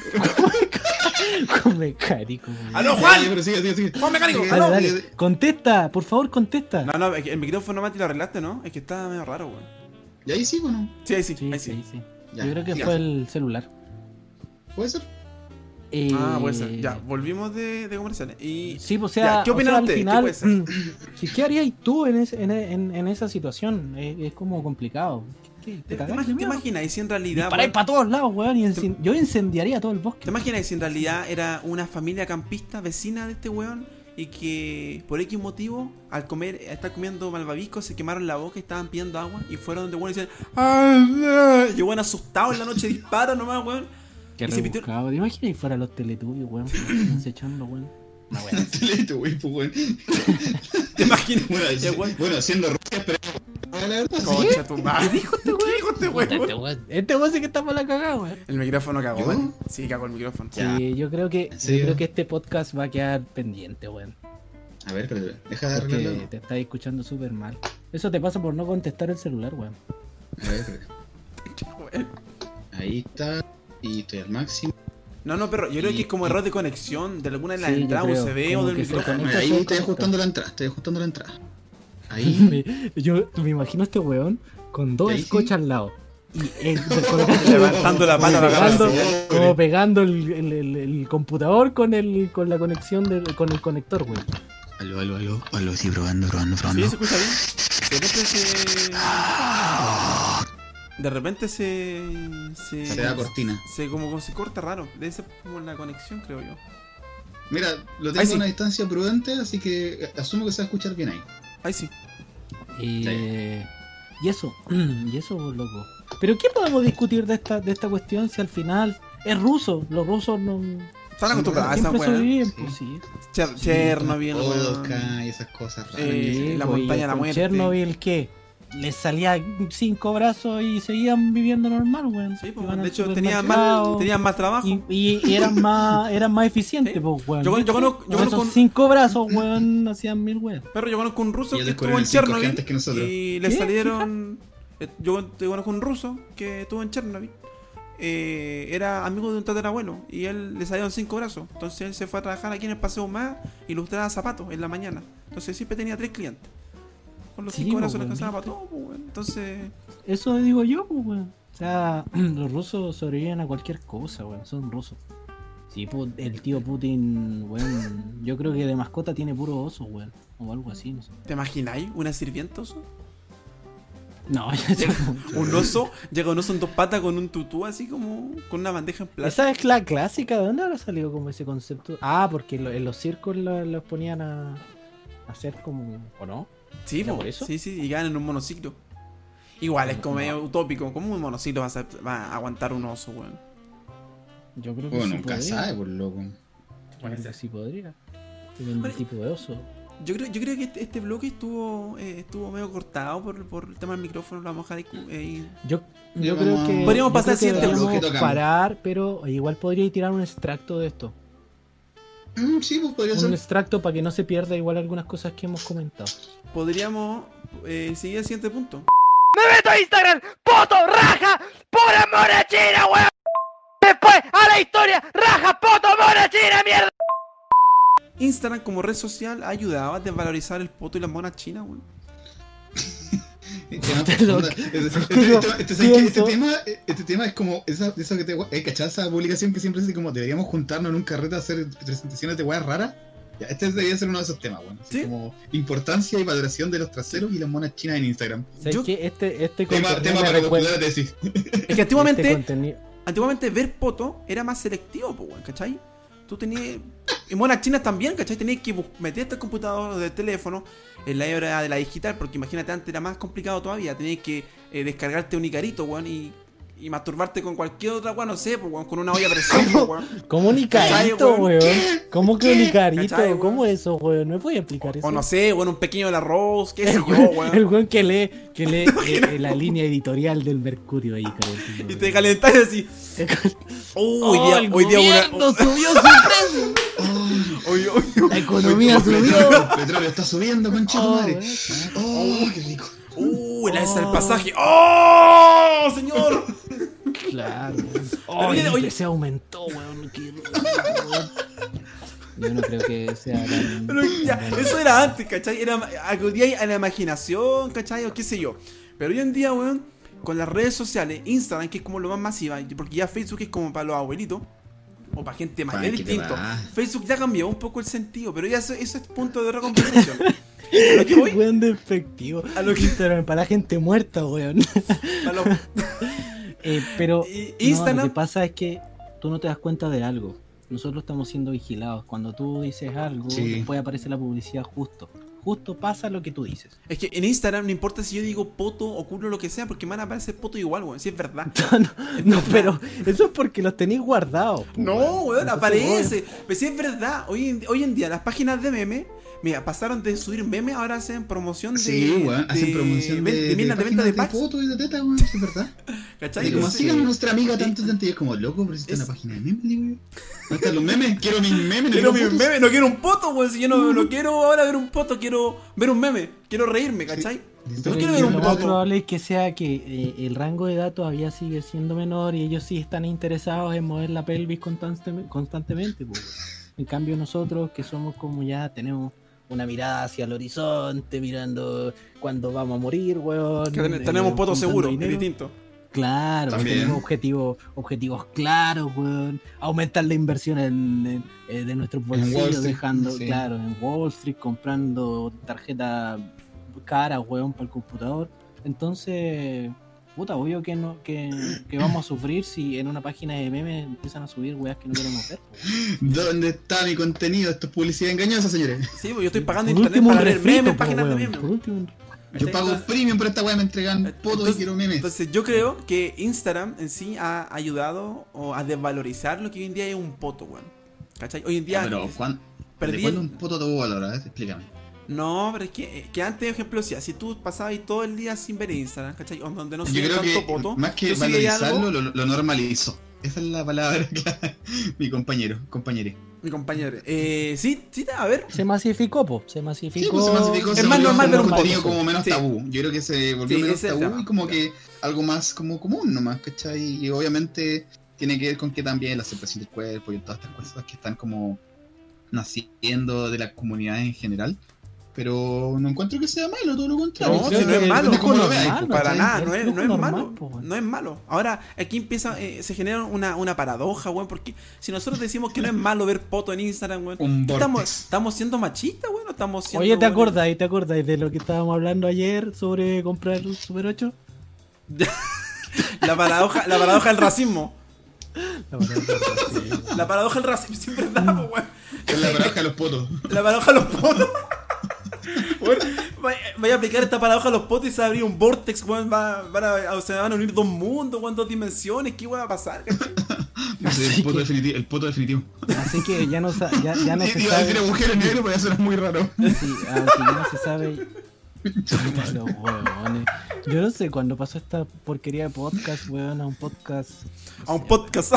Con mecánico, weón. ¡Aló, Ya, Juan! ya, pero sigue, sigue, sigue. Juan Mecánico, Sigue, aló. Dale, sigue, dale. Contesta, por favor, contesta. No, no, es que el micrófono, Mati, lo arreglaste, ¿no? Es que está medio raro, weón. ¿Y ahí sí o no? Sí, ahí sí, Sí, ahí sí, sí. sí. Ya, Yo creo que siga. fue el celular. ¿Puede ser? Eh, Ah, puede ser. Ya, volvimos de, de comerciales. Y. Sí, pues o sea, Ya, ¿qué o opinan sea, al ustedes? ¿Qué final, puede ser? mm, sí, ¿qué harías tú en, ese- en, en- en esa situación? Es, es como complicado. ¿Qué- ¿Te, ¿Te, te, cagás imag- de te miedo? imaginas si en realidad. Disparáis weón, para todos lados, weón. Y incen- yo incendiaría todo el bosque. ¿Te imaginas si en realidad era una familia campista vecina de este weón? Y que por X motivo, al comer, al estar comiendo malvaviscos, se quemaron la boca y estaban pidiendo agua. Y fueron donde weón y decían. ¡Ay, no! Y weón asustado en la noche dispara nomás, weón. Qué y se pitió- rebuscado. ¿Te imaginas si fuera los Teletubbies, weón? Están acechando, weón. Una wea así. Teletubbies, pues, weón. ¿Te imaginas? Bueno, El sí, weón- bueno, siendo rubias, pero. La verdad, sí. Concha tu madre. ¿Qué dijo este ¿Qué dijo este Puta, Este weón? weón este weón sí que está para la cagada, weón. El micrófono cagó, ¿Yo? weón. Sí, cagó el micrófono. Ya. Sí, yo creo que ¿En yo serio? creo que este podcast va a quedar pendiente, weón. A ver, pero deja de Porque arreglarlo. te estás escuchando súper mal. Eso te pasa por no contestar el celular, weón. A ver, pero- Weón. ahí está. Y estoy al máximo. No, no, pero yo creo que es como error de conexión de alguna de las Sí, yo entradas creo. U S B o Como del que se micrófono. conecta. Ahí soy estoy correcto. ajustando la entrada. Estoy ajustando la entrada. Ahí. Me- yo me imagino a este weón con dos ¿Y ahí sí? scotch al lado. Y eh, Levantando la pata como para pegando, agarrar. como pegando el, el- el- el computador con el con la conexión de, con el conector, weón. Aló, aló, aló. Aló, sí, probando, probando, Sí, probando. se escucha bien. De repente se. De repente se. Se, Se da cortina. Se como se corta raro. Debe ser como la conexión, creo yo. Mira, lo tengo Ahí sí. a una distancia prudente, así que asumo que se va a escuchar bien ahí. Ahí sí. Y, y eso, y eso, pues, loco. Pero ¿qué podemos discutir de esta de esta cuestión si al final es ruso? Los rusos no Están acostumbrados a esa siempre weá. sobreviven, Sí. pues sí. Cher- Chernobyl, weón. Vodka y esas cosas raras. Eh, Sí, la pues, y montaña de la con muerte. Chernobyl, ¿qué? Les salía cinco brazos y seguían viviendo normal, weón. Sí, pues, Iban de al hecho tenían supermercado más, tenían más trabajo. y, y- y eran más eran más eficientes, Sí. pues, weón. Yo con- yo conozco- yo Con conozco esos un- cinco brazos, weón, hacían mil weón. Pero yo conozco un ruso Y él que estuvo descubrió en el cinco G Chernobyl antes que nosotros. y le ¿Qué? salieron. eh, Yo te conozco un ruso que estuvo en Chernobyl. eh, era amigo de un tatarabuelo y él le salieron cinco brazos. Entonces él se fue a trabajar aquí en el Paseo Más y lustraba zapatos en la mañana. Entonces siempre tenía tres clientes. Con los Sí, cinco pues, brazos le weón, alcanzaba para ¿viste? todo, pues, weón. Entonces. Eso digo yo, pues, weón. O sea, los rusos sobreviven a cualquier cosa, weón. Son rusos. Sí, pu- el tío Putin, weón. Yo creo que de mascota tiene puro oso, weón. O algo así, no sé. ¿Te imagináis una sirvienta oso? No, ya sé. Un oso, llega un oso en dos patas con un tutú así como con una bandeja en plástico. Esa es la clásica. ¿De dónde habrá salido como ese concepto? Ah, porque lo- en los circos lo- los ponían a a hacer como. ¿O no? Sí, ¿Era po, por eso? sí, sí, y ganan en un monociclo. Igual es como No. medio utópico. ¿Cómo un monociclo va a, ser- va a aguantar un oso, weón? Yo creo que Bueno, sí nunca podría. sabe, por loco. Yo creo que sí podría. Depende Bueno, del tipo de oso. Yo creo, yo creo que este, este bloque estuvo eh, estuvo medio cortado por, por el tema del micrófono. Lo vamos a dejar discu- eh, Yo, yo Yo creo como- que. Podríamos yo pasar creo que al siguiente deberíamos bloque, tocamos. parar, pero igual podría tirar un extracto de esto. Mm, sí, pues podría Un ser. extracto para que no se pierda igual algunas cosas que hemos comentado. podríamos eh, seguir al siguiente punto. Me meto a Instagram, poto, raja, pura mona china, weón. Después a la historia, raja, poto, mona china, mierda. Instagram como red social ha ayudado a desvalorizar el poto y las monas chinas, weón. Tema Lo profunda. que- Este- este- lo este- este- este- ¿sabes qué? Este pienso- tema, este tema es como esa, eso que te hay cachado esa publicación que siempre dice como deberíamos juntarnos en un carrete a hacer presentaciones de weas raras. Ya, este debería ser uno de esos temas, bueno. Así ¿Sí? como importancia y valoración de los traseros y las monas chinas en Instagram. ¿Sabes Yo- qué? Este, este Tema, contenido tema me para recuerda- concluir la tesis. Es que antiguamente, este contenido- antiguamente ver poto era más selectivo, po, weón, ¿cachai? Tú tenías. Y monas chinas también, ¿cachai? Tenías que bus- meterte al computador o del teléfono en la era de la digital, porque imagínate, antes era más complicado todavía. Tenías que eh, descargarte un icarito, weón, y, y masturbarte con cualquier otra, weón, no sé, pues, weón, con una olla a presión, po, weón. ¿Cómo un icarito, ¿Cachai, weón? weón? ¿Cómo que un icarito? ¿Cachai, weón? ¿Cómo eso, weón? ¿Me puedes explicar eso? O no sé, weón, un pequeño del arroz, qué sé el, yo, weón, el weón. weón que lee, que lee eh, la línea editorial del Mercurio ahí, cabrón. Y te calentás así. Oh, hoy día, el hoy día gobierno una. subió su precio. Hoy, hoy, La economía El subió. petróleo, el petróleo está subiendo, concha tu Oh, madre. weón. Oh, qué rico. Uh, el alza del pasaje. ¡Oh, señor! Claro. Pero Oye, oye, oye. se aumentó, weón. Qué rico, weón. Yo no creo que sea tan... Pero ya, eso era antes, ¿cachai? Era, acudía a la imaginación, ¿cachai? O qué sé yo. Pero hoy en día, weón, con las redes sociales, Instagram, que es como lo más masiva, porque ya Facebook es como para los abuelitos, o para gente más, Ay, es ¿qué te distinto. va? Facebook ya cambió un poco el sentido, pero ya eso, eso es punto de otra conversación. A lo que voy, Weón despectivo. A lo que- Instagram para la gente muerta, weón. a lo- Eh, pero Y- no, Instagram- lo que pasa es que tú no te das cuenta de algo. Nosotros estamos siendo vigilados. Cuando tú dices algo, Sí. después aparece la publicidad justo. justo pasa lo que tú dices. Es que en Instagram no importa si yo digo poto o culo o lo que sea, porque me van a aparecer poto igual, weón, si es verdad. No, no, no, pero eso es porque los tenéis guardados. po, No, weón, Entonces, aparece. Pero si es verdad, hoy en, hoy en día las páginas de memes, mira, pasaron de subir memes, ahora hacen promoción de. Sí, weón, hacen promoción de, de, de, de, de venta de de packs. fotos y de teta, weón, es verdad. ¿Cachai? Y como Entonces, sigan a nuestra amiga eh, tanto, tanto, y es como, loco, pero si está es- en la página de memes, digo yo. ¿Dónde están los memes? Quiero mis memes, Quiero mis mi fotos. meme, no quiero un poto, weón. Si yo no, no quiero ahora ver un poto, quiero ver un meme. Quiero reírme, ¿cachai? No Pero quiero yo ver un lo más poto. probable es que sea que eh, el rango de edad todavía sigue siendo menor y ellos sí están interesados en mover la pelvis constante- constantemente. po. En cambio nosotros que somos como ya tenemos una mirada hacia el horizonte, mirando cuándo vamos a morir, weón. Que ten- eh, tenemos poto juntando seguro, es dinero. distinto. Claro, También. tenemos objetivos, objetivos claros, weón. Aumentar la inversión en, en- eh, de nuestros Wall bolsillos, Street, dejando, sí. claro, en Wall Street, comprando tarjetas caras, weón, para el computador. Entonces, puta, obvio que no, que, que vamos a sufrir si en una página de memes empiezan a subir weas que no queremos ver. po, weón. ¿Dónde está mi contenido? Esto es publicidad engañosa, señores. Sí, pues yo estoy pagando Por internet último, un para ver refrito, memes, po, páginas de weón. memes. Por último, un- Yo pago Entonces- premium por esta weá, me entregan fotos y Entonces- quiero memes. Entonces yo creo que Instagram en sí ha ayudado o a desvalorizar lo que hoy en día es un poto, weón. ¿Cachai? Hoy en día... Pero, ¿cuán, perdí ¿de cuándo el- un poto tuvo valor? A ver, explícame. No, pero es que, eh, que antes, por ejemplo, si, si tú pasabas ahí todo el día sin ver Instagram, ¿cachai? O donde no Yo se ve creo tanto que poto, más que yo sí veía valorizarlo, algo- lo, lo normalizó. Esa es la palabra clave. Mi compañero, compañere. Mi compañero. Eh, sí, sí, a ver. se masificó, po, se Sí, masificó. pues se masificó, Es se más volvió normal como ver un un contenido poto. como menos Sí. tabú. Yo creo que se volvió Sí, menos ese es el tabú tema. y como que algo más como común nomás, ¿cachai? Y obviamente tiene que ver con que también la aceptación del cuerpo y todas estas cosas que están como naciendo de las comunidades en general. Pero no encuentro que sea malo, todo lo contrario. No, creo si no es que malo, el ¿cómo flujo lo veas? normal, Para ¿cachai? nada, El no es, flujo no es normal, malo. po, weón. No es malo. Ahora, aquí empieza, eh, se genera una, una paradoja, weón, porque si nosotros decimos que no es malo ver poto en Instagram, weón, Un estamos, vortex. estamos siendo machistas, weón, o estamos siendo... Oye, ¿te weón, acordáis, te acordáis de lo que estábamos hablando ayer sobre comprar el Super ocho? La paradoja, la paradoja del racismo. La verdad es que sí, weón. La paradoja del racismo, sí es verdad, po, weón. Es la paradoja de los potos. La paradoja de los potos. Weón, vaya, vaya a aplicar esta paradoja a los potos y se va a abrir un vortex, weón. Va, van a, se van a unir dos mundos, weón, dos dimensiones. ¿Qué va a pasar? ¿Cachai? Ese es Así el poto que- definitivo. El poto definitivo. Así que ya no, sa- ya, ya no se Iba a decir sabe. agujero negro, pero eso era muy raro. Sí, aunque ya no se sabe. Chuta, los huevones. Yo no sé cuándo pasó esta porquería de podcast, weón, a un podcast. A un podcast.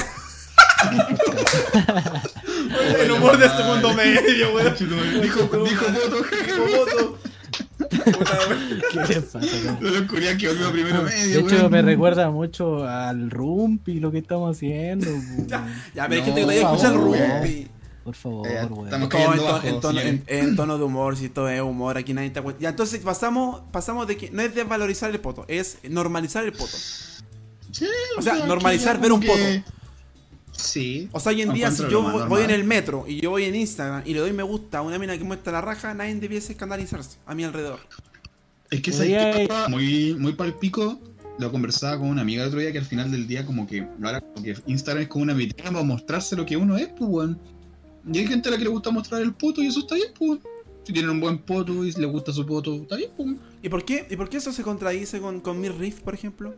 El humor de segundo medio, weón. Dijo, dijo poto. Dijo poto. Puta, weón. ¿Qué le pasa, weón? No lo culián que volvió primero De medio, hecho, weón. me recuerda mucho al Rumpi lo que estamos haciendo. weón. Ya, pero hay No, gente que todavía por escucha el favor, rumpi. Por favor, Eh, weón. estamos Todo en, cayendo to- bajo, en tono, en, señores. en tono de humor, si todo es humor, aquí nadie está cuen- Ya, entonces pasamos, pasamos de que no es desvalorizar el poto, es normalizar el poto. Sí, O sea, que normalizar ya ver un como que- Sí. O sea, hoy en día, si Encuentro yo lo más voy, normal. voy en el metro y yo voy en Instagram y le doy me gusta a una mina que muestra la raja, nadie debiese escandalizarse a mi alrededor. Es que Oye, ¿sabes qué eh, pasa? muy, muy palpico. Lo conversaba con una amiga el otro día que al final del día como que ahora como que Instagram es como una vitrina para mostrarse lo que uno es, pues weón. Y hay gente a la que le gusta mostrar el poto y eso está bien, pues. Si tienen un buen poto y le gusta su poto, está bien, pues. ¿Y por qué, y por qué eso se contradice con, con mi riff, por ejemplo?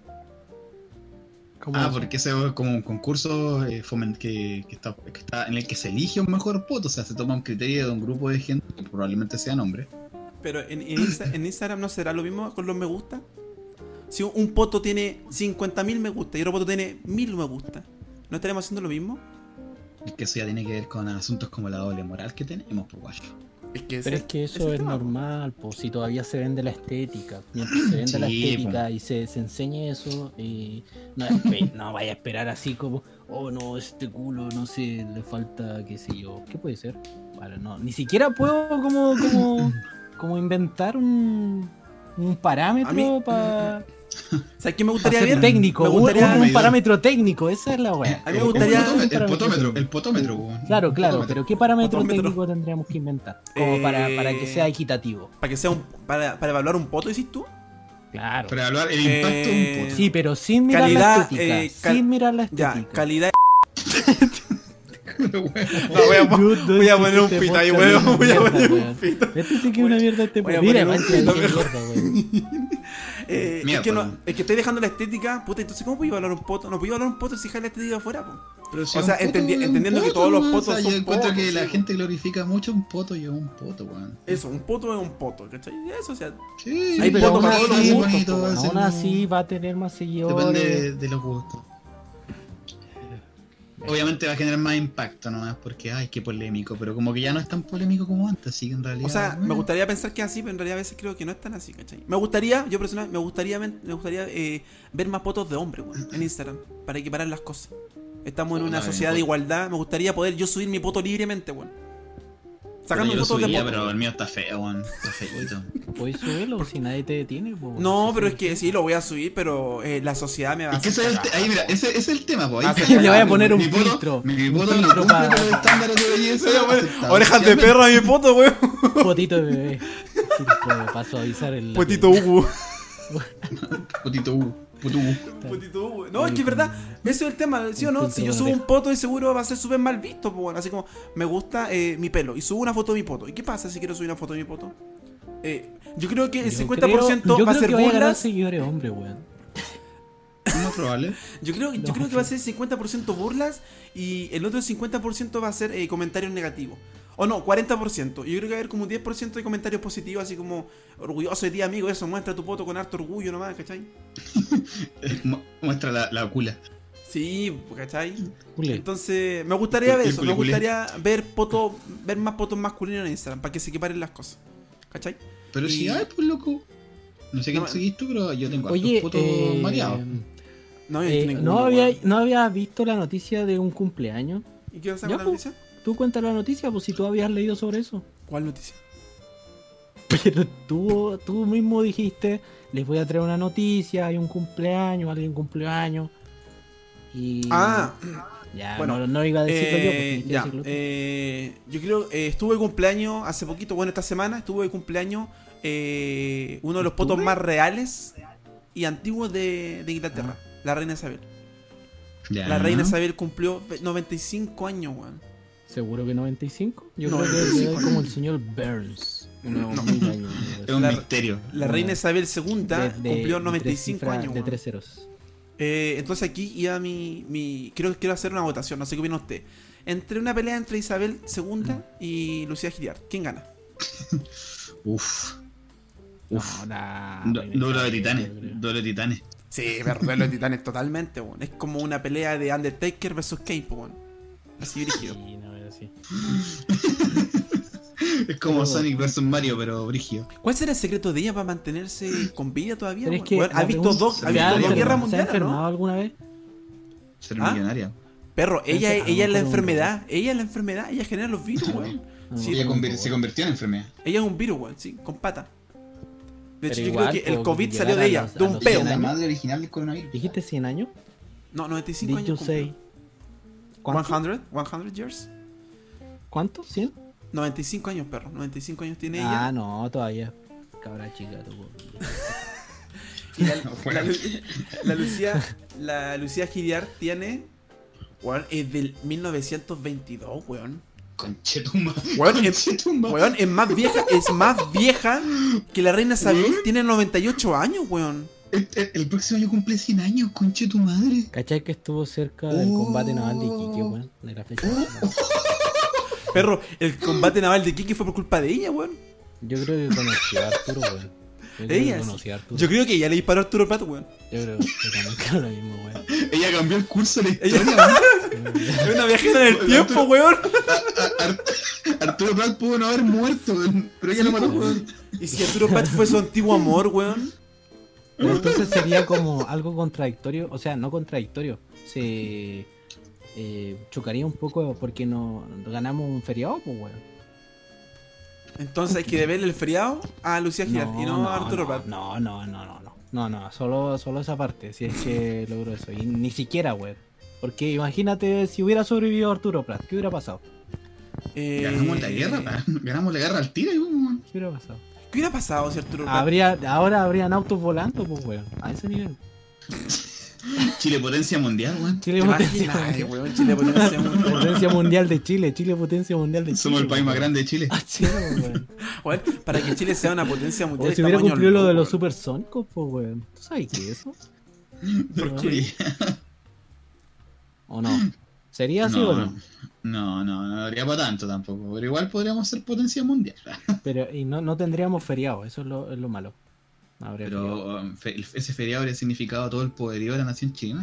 ¿Cómo Ah, eso? porque ese es como un concurso eh, foment- que, que, está, que está en el que se elige un mejor poto, o sea, se toma un criterio de un grupo de gente que probablemente sean hombres. Pero en, en, Insta- en Instagram no será lo mismo con los me gusta. Si un, un poto tiene cincuenta mil me gusta y otro poto tiene mil me gusta, ¿no estaremos haciendo lo mismo? Es que eso ya tiene que ver con asuntos como la doble moral que tenemos, pues guacho. Es que Pero ese- es que ese eso el es tema, po. normal, pues si todavía se vende la estética. Mientras se vende la Sí, estética y se, se enseñe eso, eh, no, espe- no vaya a esperar así como, oh no, este culo, no sé, le falta, qué sé yo. ¿Qué puede ser? Vale, no, ni siquiera puedo como, como, como inventar un, un A mí- parámetro para ¿Sabes qué me gustaría ser ver? técnico, Me un, gustaría... un medidor. parámetro técnico, esa es la wea. A mí me El gustaría- potómetro, El parámetro potómetro, técnico. el potómetro, weón. Claro, El claro, potómetro. pero ¿qué parámetro Fotómetro. técnico tendríamos que inventar? Como para, Eh, para que sea equitativo. Para que sea un... Para, para evaluar un poto, decís tú. Claro. Para evaluar el impacto de Eh, un poto. Sí, pero sin mirar calidad, la estética. eh, cal- sin mirar la Ya, estética. calidad... Pero, weón. No, voy a, Dude, dude, voy a sí, poner un este pito ahí, podcast es weón. una Voy a mierda, poner un weón. pito. Este sí que es una mierda este Voy a podcast. Mira, poner un man, sí, pito qué mejor. mierda, weón. Eh, Mira, es, que no, pues. es que estoy dejando la estética, puta, entonces ¿cómo puedo valorar un poto? No puedo valorar un poto si dejar la estética afuera, po. Pero si O un sea, poto entendi- es un entendiendo que poto, todos los weón. potos O sea, son yo encuentro potos, que la sí. gente glorifica mucho un poto y es un poto, weón. Eso, un poto es un poto, ¿cachai? Eso, o sea, Sí, Hay pero potos aún para todos los así- gustos, bonito, po, weón. ese Aún no- así va a tener más seguidores. Depende de, de los gustos. Obviamente va a generar más impacto nomás porque, ay, qué polémico, pero como que ya no es tan polémico como antes, así que en realidad... o sea, me bueno. gustaría pensar que es así, pero en realidad a veces creo que no es tan así, ¿cachai? Me gustaría, yo personalmente, me gustaría, me gustaría eh, ver más fotos de hombres, weón, en Instagram, para equiparar las cosas. Estamos en Puta, una me sociedad de importa. igualdad, me gustaría poder yo subir mi poto libremente, weón. Pero Sacando yo lo fotos de subiría, poto. pero el mío está feo, weón. Está feito. Puedes subirlo si nadie te detiene. po, weón. No, Sí, pero sí, es que sí, lo voy a subir, pero eh, la sociedad me va a Es que hacer ese es el, cagar. te- ahí, mira, ese, ese es el tema, po. Ahí Ah, está sí, la le voy a clave. poner un Mi poto- filtro. Mi Un poto no filtro cumple para- con los estándares de belleza. Le voy a poner aceptados orejas de socialmente. perro a mi poto, weón. Potito de bebé. Sí, pues, para suavizar el. Potito Hugo. Potito U. Puto U. Potito Hugo. No, es que es verdad, ese es el tema, ¿sí o no? Si yo subo un poto, y seguro va a ser súper mal visto, pues bueno, así como me gusta eh, mi pelo y subo una foto de mi poto. ¿Y qué pasa si quiero subir una foto de mi poto? Eh, yo creo que el Yo cincuenta por ciento creo- yo va a creo ser que vaya a ganar burlas. seguidores hombre, weón. Es más probable. Yo creo, yo No, creo que va a ser cincuenta por ciento burlas y el otro cincuenta por ciento va a ser eh, comentarios negativos. O no, cuarenta por ciento. Yo creo que va a haber como un diez por ciento de comentarios positivos, así como orgulloso de ti, amigo, eso, muestra tu poto con harto orgullo nomás, ¿cachai? Mu- Muestra la, la cula. Sí, ¿cachai? Culé. Entonces, me gustaría ver El eso, me culiculé. gustaría ver poto, ver más potos masculinos en Instagram, para que se equiparen las cosas. ¿Cachai? Pero Y- si hay, pues loco. No sé No, quién seguís tú, pero yo tengo Oye, hartos fotos eh, mareados. No, yo eh, ninguno, ¿no, había, weón. ¿no habías visto la noticia de un cumpleaños? ¿Y qué vas a Ya, con la pues. noticia? Tú cuentas la noticia, pues si tú habías leído sobre eso. ¿Cuál noticia? Pero tú, tú mismo dijiste, les voy a traer una noticia, hay un cumpleaños, alguien cumpleaños. Y... Ah, Ya, bueno, no, no iba a decirlo yo, porque eh, dijiste ya, decirlo tú. eh, yo creo, eh, estuve de cumpleaños hace poquito, bueno, esta semana estuve de cumpleaños eh, uno de los potos ¿Estuve? más reales y antiguos de, de Inglaterra, Ah. la reina Isabel. Ya. La reina Isabel cumplió noventa y cinco años, weón. ¿Seguro que noventa y cinco? Yo noventa y creo que cinco. es como el señor Burns. Unos No. mil años. Es un La- misterio. La No. reina Isabel segunda De- de- cumplió de noventa y tres cinco cifras- años, De weón. tres ceros. Eh, entonces aquí iba mi, mi quiero, quiero hacer una votación, no sé qué opina usted. Entre una pelea entre Isabel segunda y Lucía Giliard, ¿quién gana? Uf. Uf. No, la Du- reina Duelo de Isabel, titanes. yo creo. Duelo de titanes. Sí, pero duelo de titanes totalmente, weón. Es como una pelea de Undertaker versus Kane, weón. Así dirigido. Sí, no, es así. Es como Pero- Sonic versus Mario, pero brigio. ¿Cuál será el secreto de ella para mantenerse con vida todavía? Pero es weón? que Weón, la ¿ha visto pregunta- dos, ha ¿se visto ha dos enfermado? guerras ¿Se ha mundiales, enfermado no? alguna vez? Ser ¿Ah? millonaria. Perro, ella, Enfermado ella es la con un enfermedad. Ella es la enfermedad. Ella genera los virus, weón. No, Sí, Ella no, conver- no, se convirtió en enfermedad. Ella es un virus, weón, sí, con pata. De hecho, Pero yo igual, creo que el po, COVID llegar salió de a ella, los- de a un los peo. cien años. madre original del coronavirus. ¿Dijiste cien años? No, noventa y cinco Did you años. say? ¿Cuánto? cien, cien years. ¿Cuánto? ¿cien? noventa y cinco años, perro. noventa y cinco años tiene Ah, ella. no, todavía. Cabra chica, tú. Y la, No, fuera. la Lu- la Lucía, la Lucía Giliard tiene, weón, es del mil novecientos veintidós, weón. Conchetuma. Weón, es, Conchetuma. weón, es más vieja, es más vieja que la reina Isabel. Weón. Tiene noventa y ocho años, weón. El, el- el próximo año cumple cien años, conche tu madre. ¿Cachai que estuvo cerca del Oh. combate naval de Iquique, weón? De la fecha. Perro, el combate naval de Kiki fue por culpa de ella, weón. Yo creo que conoció a Arturo, weón. Yo creo Ella, que sí. conoció a Arturo. Yo creo que ella le disparó a Arturo Prat, weón. Yo creo que también creo lo mismo, weón. Ella cambió el curso de la Ella- historia, weón. Es una viajera en el tiempo, weón. A- Ar- Arturo Prat pudo no haber muerto, weón, pero ella lo mató, weón. Y si Arturo Prat fue su antiguo amor, weón. Pero entonces sería como algo contradictorio, o sea, no contradictorio. Se eh, chocaría un poco porque no ganamos un feriado, pues, weón. Entonces hay que deberle el feriado a Lucía Giliard y no a Arturo no, Prat. no, no, no, no, no, no, no, solo, solo esa parte, si es que logró eso. Y ni siquiera, weón. Porque imagínate si hubiera sobrevivido Arturo Prat, ¿qué hubiera pasado? Eh, Ganamos la guerra, pa. Ganamos la guerra al tiro, weón. ¿Qué hubiera pasado? ¿Qué hubiera pasado si Arturo Prat? Habría, ahora habrían autos volando, pues, weón. A ese nivel. Chile potencia mundial, weón. Chile ¿Te potencia imaginas, mundial. weón? Chile potencia mundial. Potencia mundial de Chile. Chile potencia mundial de Chile. Somos el país más weón. grande de Chile. Ah, Chile, weón. Weón, para que Chile sea una potencia mundial. O si hubiera estamos cumplido lo de años los luz, supersónicos, pues, weón. ¿Tú sabes qué es eso? ¿Por No. qué? ¿O no? ¿Sería así no, o no? no, no, no daría para tanto tampoco. Pero igual podríamos ser potencia mundial. Pero, y no, no tendríamos feriado, eso es lo, es lo malo. No habría feriado. Pero um, fe- ese feriado habría significado todo el poderío de la nación chilena.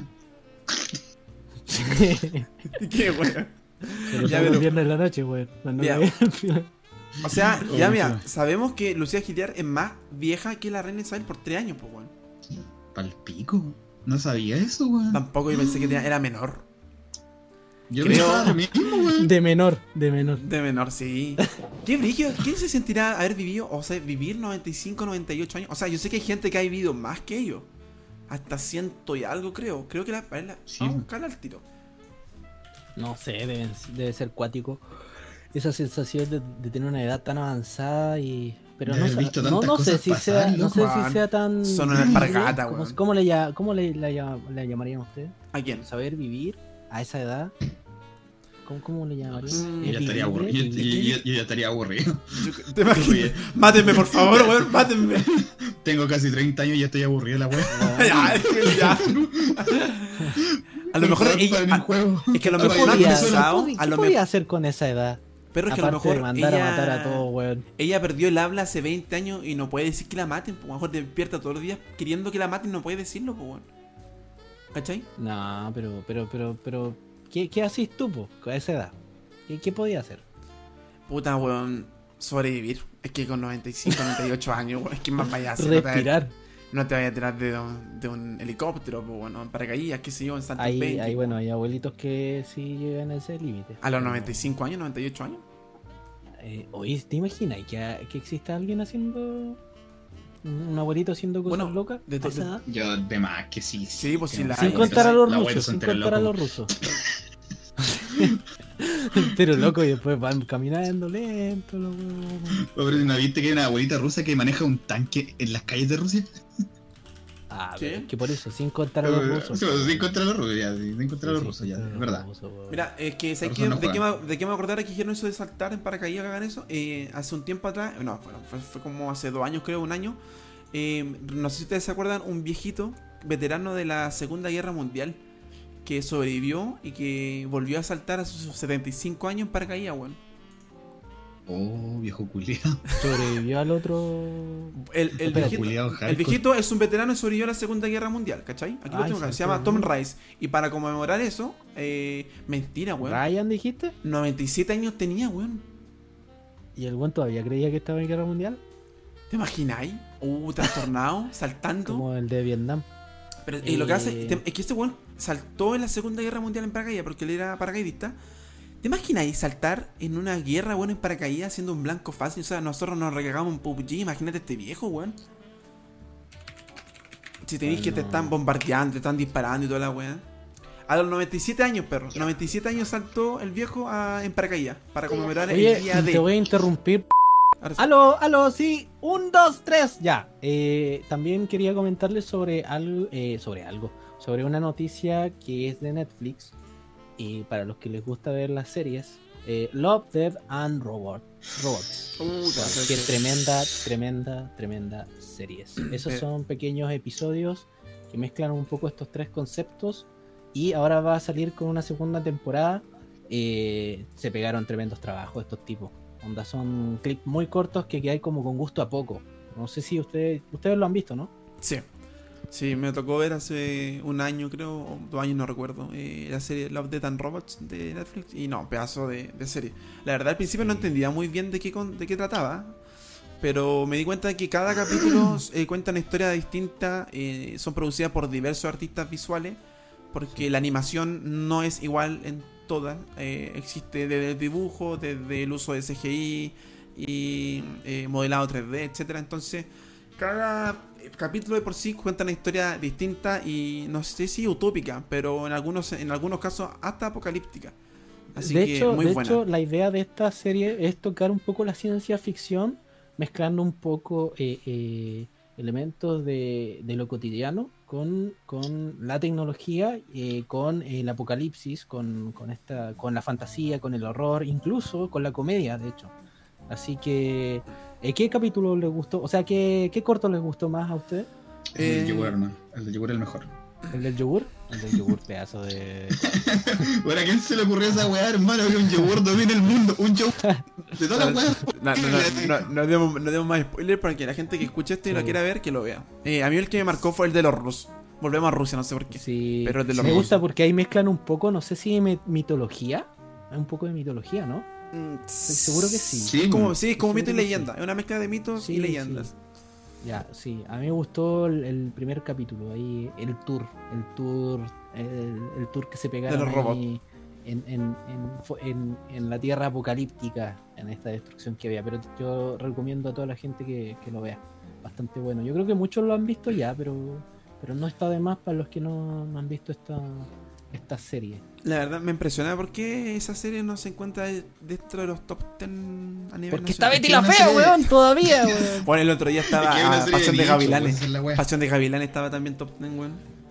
¿Qué, weón? Pero Ya, todo pero- el viernes en la noche, weón. Cuando Ya. veía el final. O sea, ya Oh, mira, sí. sabemos que Lucía Giliar es más vieja que la reina Isabel por tres años, pues, weón. Palpico. No sabía eso, weón. Tampoco yo pensé que tenía- era menor. Yo creo- pensaba lo mismo, weón. De menor, de menor. De menor, sí. Qué brillo. ¿Quién se sentirá haber vivido, o sea, vivir noventa y cinco, noventa y ocho años? O sea, yo sé que hay gente que ha vivido más que ellos. Hasta ciento y algo, creo. Creo que la. a la- Sí. Vamos a buscarla al tiro. No sé, debe, debe ser cuático. Esa sensación de, de tener una edad tan avanzada y. Pero De no, haber sa- visto no, tantas no sé cosas si pasar, sea, no sé loco. si sea tan. Son una alpargata, ¿Cómo, weón. cómo le, lla- cómo le, la, lla- la lla- la llamarían ustedes? ¿A quién? ¿Saber vivir a esa edad? ¿Cómo, cómo le llamarían? Mm, Yo ya estaría aburrido. Yo, yo- yo- yo ya estaría aburrido. Yo- ¿Te imaginas? Mátenme, por favor, weón. Mátenme. Tengo casi treinta años y ya estoy aburrido de la weá. Ya, es que ya. A lo mejor ella. en a- un juego. Es que a lo Ah, mejor vaya, no han podía- persona. pensado. ¿Qué A lo podía mejor. hacer con esa edad? Pero es que a lo Aparte mejor. de mandar ella, a matar a todos, weón. Ella perdió el habla hace veinte años y no puede decir que la maten. Pues a lo mejor despierta todos los días queriendo que la maten y no puede decirlo, pues, weón. ¿Cachai? No, pero, pero, pero, pero, ¿qué, qué hacís tú, po, a esa edad? ¿Qué, qué podía hacer? Puta, weón. Sobrevivir. Es que con noventa y cinco, noventa y ocho años, weón. Es que más vaya a hacer. No te, Respirar. no te vaya a tirar de un, de un helicóptero, pues, bueno, en paracaídas, qué sé yo, en Santa Hay, Fe. hay, bueno, hay abuelitos que sí llegan a ese límite. A los noventa y cinco años, noventa y ocho años. Eh, oye, ¿te imaginas que, que exista alguien haciendo... un abuelito haciendo cosas Bueno, locas? de- a de- esa edad? Yo, de más que sí. Sí, pues sí, la Sin hay. contar a los La rusos, abuela son sin enteros contar a locos. los rusos. Pero loco, y después van caminando lento, loco. Pobre, ¿no viste que hay una abuelita rusa que maneja un tanque en las calles de Rusia? Ah, ¿Qué? pero es que por eso, sin contar a los rusos. Sí, pues, sin contra los rusos, ya, sí, sin contra los Sí, rusos, ya, contra es los verdad. rusos, weón. Mira, es que ¿sabes Por qué? eso no ¿De, qué juegan. me, ¿De qué me acordara que hicieron eso de saltar en paracaídas que hagan eso? Eh, hace un tiempo atrás, no, fue, fue, fue como hace dos años, creo, un año. Eh, no sé si ustedes se acuerdan, un viejito veterano de la Segunda Guerra Mundial que sobrevivió y que volvió a saltar a sus setenta y cinco años en paracaídas, weón. Oh, viejo culiado. Sobrevivió al otro... El, el, Espera, viejito, culiao el hardcore. viejito es un veterano y sobrevivió a la Segunda Guerra Mundial, ¿cachai? Aquí lo Ay, tengo acá, sí, se llama sí. Tom Rice. Y para conmemorar eso, eh, mentira, weón. Ryan, dijiste, noventa y siete años tenía, weón. y el buen todavía creía que estaba en guerra mundial, ¿Te imagináis? Uh, trastornado, saltando. como el de Vietnam. Pero eh, lo que hace Eh. te- es que este weón saltó en la Segunda Guerra Mundial en paracaídas porque él era paracaidista. ¿Te imagináis saltar en una guerra, weón, en paracaídas siendo un blanco fácil? O sea, nosotros nos recargamos en P U B G, imagínate este viejo, weón. Si te dices que te Bueno. están bombardeando, te están disparando y toda la weá. A los noventa y siete años, perro. noventa y siete años saltó el viejo a- en paracaídas para conmemorar Oye, el día te de. voy a interrumpir. Ahora sí. Aló, aló, sí, un, dos, tres, ya. Eh, también quería comentarles sobre algo, eh, sobre algo, sobre una noticia que es de Netflix. Y para los que les gusta ver las series, eh, Love, Death and Robot, Robots. Puta, Qué sí. tremenda, tremenda, tremenda series. Esos Eh. son pequeños episodios que mezclan un poco estos tres conceptos. Y ahora va a salir con una segunda temporada. Eh, se pegaron tremendos trabajos estos tipos. Onda, son clips muy cortos que hay como con gusto a poco. No sé si ustedes ustedes lo han visto, ¿no? Sí. Sí, me tocó ver hace un año, creo, o dos años, no recuerdo, eh, la serie Love, Death and Robots de Netflix. Y no, pedazo de, de serie. La verdad, al principio no entendía muy bien de qué, con- de qué trataba. Pero me di cuenta de que cada capítulo eh, cuenta una historia distinta. Eh, son producidas por diversos artistas visuales. Porque la animación no es igual en todas. Eh, existe desde el dibujo, desde el uso de C G I y eh, modelado tres D, etcétera. Entonces, cada capítulo de por sí cuenta una historia distinta y no sé si utópica, pero en algunos en algunos casos hasta apocalíptica. Así de que hecho, muy de buena. hecho, la idea de esta serie es tocar un poco la ciencia ficción, mezclando un poco eh, eh, elementos de, de lo cotidiano con, con la tecnología, eh, con el apocalipsis, con, con, esta, con la fantasía, con el horror, incluso con la comedia, de hecho. Así que, eh, ¿qué capítulo les gustó? O sea, ¿qué, qué corto les gustó más a usted? El del Eh, yogur, hermano. El del yogur es el mejor. ¿El del yogur? El del yogur, pedazo de... Bueno, ¿a quién se le ocurrió esa weá, hermano? Que un yogur domine el mundo. Un yogur de todas las weas. No, no, no, no, no, demos, no demos más spoilers para que la gente que escuche esto y lo Sí. quiera ver, que lo vea. Eh, a mí el que me marcó fue el de los Rus. Volvemos a Rusia, no sé por qué. Sí, Pero el de los me Rus. gusta porque ahí mezclan un poco, no sé si mi- mitología. Hay un poco de mitología, ¿no? Mm, seguro que sí. Sí, Es como, sí, es como Seguro mito y que leyenda. Es una mezcla de mitos Sí, y leyendas. Ya, sí, a mí me gustó el, el primer capítulo, ahí el tour, el tour, el, el tour que se pegaron De los robots. ahí en, en, en, fo- en- en la tierra apocalíptica, en esta destrucción que había. Pero yo recomiendo a toda la gente que, que lo vea, bastante bueno. Yo creo que muchos lo han visto ya, pero, pero no está de más para los que no, no han visto esta, esta serie. La verdad me impresiona porque esa serie no se encuentra dentro de los top diez a nivel Porque está nacional. Betty la una Fea, serie- weón, todavía, weón. Bueno, el otro día estaba Es que es una ah, serie Pasión de, nicho, Gavilanes. pues, esa es la wea. Pasión de Gavilanes estaba también top diez, weón.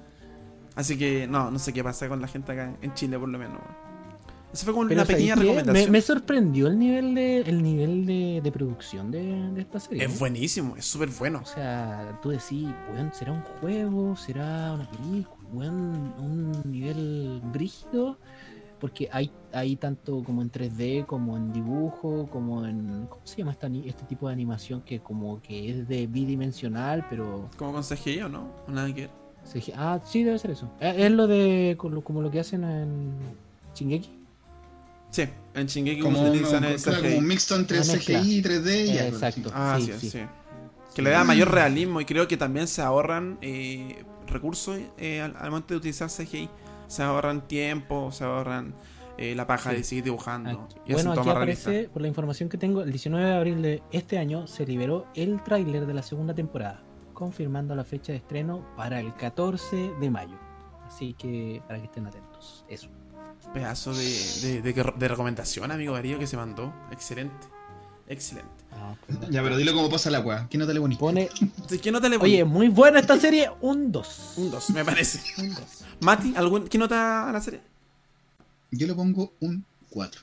Así que no, no sé qué pasa con la gente acá en Chile, por lo menos, weón. Eso fue como Pero una pequeña ¿sabes qué? recomendación. Me, me sorprendió el nivel de, el nivel de, de producción de, de esta serie. Es ¿no? buenísimo, es súper bueno. O sea, tú decís, weón, ¿será un juego? ¿Será una película? Weón, un nivel brígido. Porque hay, hay tanto como en tres D, como en dibujo, como en... ¿Cómo se llama esta, ani- este tipo de animación que como que es de bidimensional, pero... Como con C G I, ¿o no? ¿O nada que ver? C G Ah, sí, debe ser eso. Eh, Es lo de... como lo- como lo que hacen en Shingeki. Sí, en Shingeki Como, como un- utilizan claro, el como C G I. un mixto entre Una C G I y tres D y Eh, algo así. exacto. Ah, Sí, sí, sí, sí. Que le da mayor realismo y creo que también se ahorran eh, recursos eh, al, al momento de utilizar C G I. Se ahorran tiempo, se ahorran eh, la paja Sí. de seguir dibujando. Aquí- y bueno, hacen aquí toma aparece, realista. por la información que tengo, el diecinueve de abril de este año se liberó el tráiler de la segunda temporada, confirmando la fecha de estreno para el catorce de mayo. Así que para que estén atentos. Eso. Pedazo de, de, de- de recomendación, amigo Darío, que se mandó. Excelente. Excelente. Ya, pero dilo cómo pasa la weá. ¿Qué nota le bonito? Pone, Así que nota le oye, muy buena esta serie, un dos. un dos, me parece. Un dos. Mati, ¿algún, ¿qué nota a la serie? Yo le pongo un cuatro.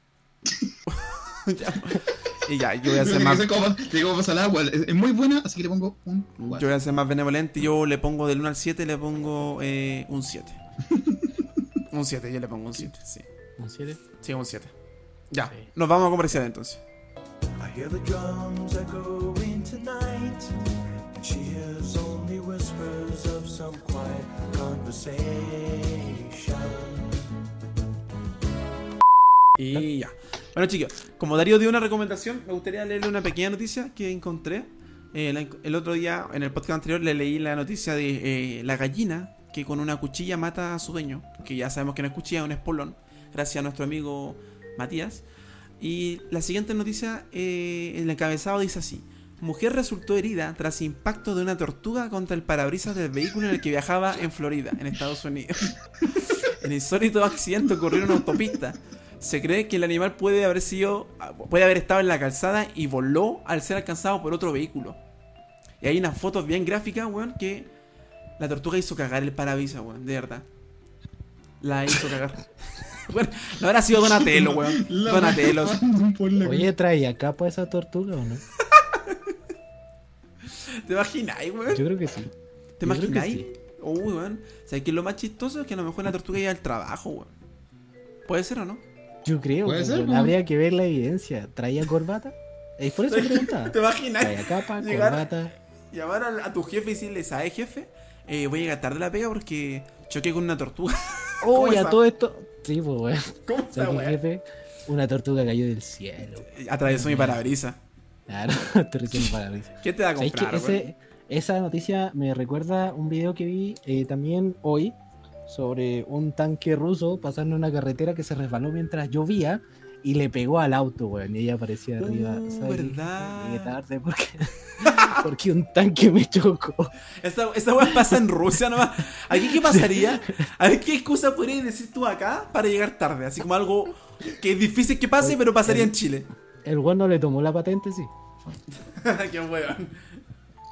Ya. Y ya, yo voy a Pero ser que más. sé cómo, sé cómo pasa la agua. Es, es muy buena, así que le pongo un Yo cuatro. voy a ser más benevolente. Yo le pongo del uno al siete, le pongo eh, un siete. Un siete, yo le pongo un siete, sí. ¿Un siete? Sí, un siete. Ya, Sí. nos vamos a comercial entonces. I hear the drums echoing tonight, and she hears only whispers of some quiet conversation. Y ya. Bueno, chicos, como Darío dio una recomendación, me gustaría leerle una pequeña noticia que encontré. Eh, la- el otro día, en el podcast anterior, le leí la noticia de eh, la gallina que con una cuchilla mata a su dueño. Que ya sabemos que no es cuchilla, es un espolón. Gracias a nuestro amigo Matías. Y la siguiente noticia, eh, el encabezado dice así: mujer resultó herida tras impacto de una tortuga contra el parabrisas del vehículo en el que viajaba en Florida, en Estados Unidos. El insólito accidente ocurrió en una autopista. Se cree que el animal puede haber sido, puede haber estado en la calzada y voló al ser alcanzado por otro vehículo. Y hay unas fotos bien gráficas, weón, que la tortuga hizo cagar el parabrisas, weón, de verdad. La hizo cagar. Bueno, no habrá sido Donatello, weón. La Donatello. weá, por la- Oye, ¿traía capa esa tortuga o no? ¿Te imagináis, weón? Yo creo que sí. ¿Te yo creo que imagináis? sí. Uy, weón. ¿Sabes qué es lo más chistoso? Es que a lo mejor la tortuga iba al trabajo, weón. ¿Puede ser o no? Yo creo, Puede pues, ser, weón, pues. habría que ver la evidencia. ¿Traía corbata? Es por eso preguntaba. ¿Te imaginas? Traía capa, Llegar- corbata. Llamar a, a tu jefe y decirle, ¿sabes, jefe? Eh, voy a llegar tarde a la pega porque choqué con una tortuga. ¿Cómo Oye, esa? a todo esto. Sí, pues, weón. ¿Cómo esa ¿Sabes qué, weá? jefe? Una tortuga cayó del cielo. Atravesó mi parabrisa. Claro, te recién para risa. ¿Qué te va a ¿Sabes comprar, qué? weón? Ese, esa noticia me recuerda un video que vi eh, también hoy sobre un tanque ruso pasando en una carretera que se resbaló mientras llovía y le pegó al auto, weón. Y ella aparecía arriba. Uh, ¿sabes qué? ¿verdad? Llegué tarde porque, porque un tanque me chocó. Esta, esta weá pasa en Rusia nomás. ¿Aquí qué pasaría? A ver, ¿qué excusa podrías decir tú acá para llegar tarde? Así como algo que es difícil que pase, Oye, pero pasaría el- en Chile. El weón no le tomó la patente, sí. Qué weón.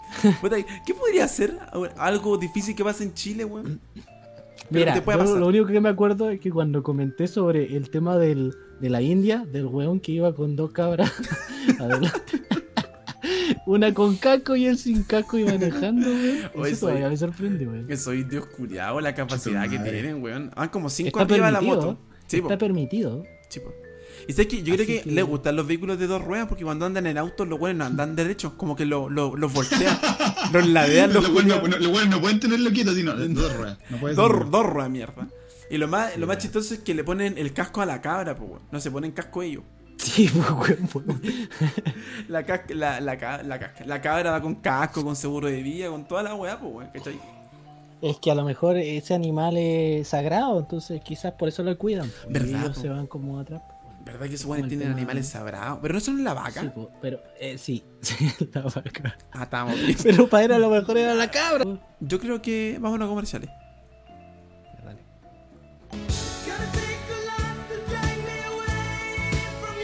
Puta, ¿qué podría ser algo difícil que pase en Chile, weón? Mira, te puede yo pasar. lo único que me acuerdo es que cuando comenté sobre el tema del, de la India, del weón que iba con dos cabras adelante, una con casco y él sin casco y manejando, weón. Oye, Eso soy- todavía me sorprende, weón. Que soy Dios curiado, la capacidad que madre. tienen, weón. Van como cinco Está arriba de la permitido, moto. Sí, po. Está permitido. Sí, po. Y sabes que yo creo Así que, que- les gustan los vehículos de dos ruedas porque cuando andan en autos los buenos no andan derechos, como que lo- lo- los voltean, los ladean, los Los buenos no, culiados. los buenos no pueden tenerlo quieto, sino dos ruedas. No puede Dos, ser. dos ruedas, mierda. Y lo más, lo más chistoso es que le ponen el casco a la cabra, pues, weón. No se ponen casco ellos. Sí, pues, weón. pues. La, casca- la, la, ca- la, casca- la cabra va con casco, con seguro de vida, con toda la weá, pues, weón, ¿cachai? Es que a lo mejor ese animal es sagrado, entonces quizás por eso lo cuidan. pues, y ¿Verdad, ellos po? se van como atrás. ¿Verdad que esos Como weones el tienen tema- animales sabrados? Pero no son la vaca. Sí, pues, pero eh, sí, sí, la vaca. Ah, estamos bien. Pero para él a lo mejor era la cabra. Yo creo que vamos a comerciales. Dale. Gonna take a lot to drag me away